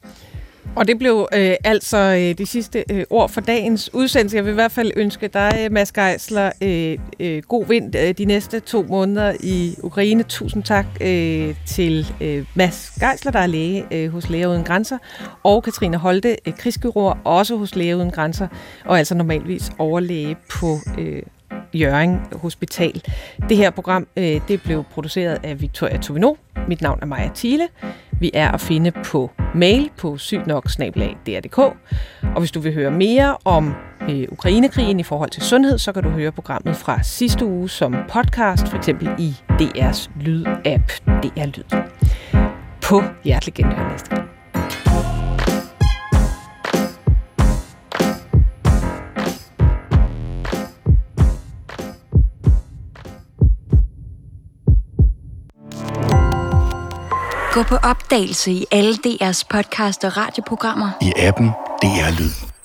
Og det blev øh, altså øh, de sidste øh, ord for dagens udsendelse. Jeg vil i hvert fald ønske dig, Mads Geisler, øh, øh, god vind øh, de næste to måneder i Ukraine. Tusind tak øh, til øh, Mads Geisler, der er læge øh, hos Læger Uden Grænser, og Katrine Holte, øh, krigskirurg, også hos Læger Uden Grænser, og altså normalvis overlæge på øh, Hjørring Hospital. Det her program øh, det blev produceret af Victoria Tovino. Mit navn er Maja Thiele. Vi er at finde på mail på sygnok bindestreg d r punktum d k. Og hvis du vil høre mere om øh, Ukrainekrigen i forhold til sundhed, så kan du høre programmet fra sidste uge som podcast, for eksempel i D R's lydapp D R Lyd. På hjertelig genhør næste gang. Gå på opdagelse i alle D R's podcast og radioprogrammer. I appen D R Lyd.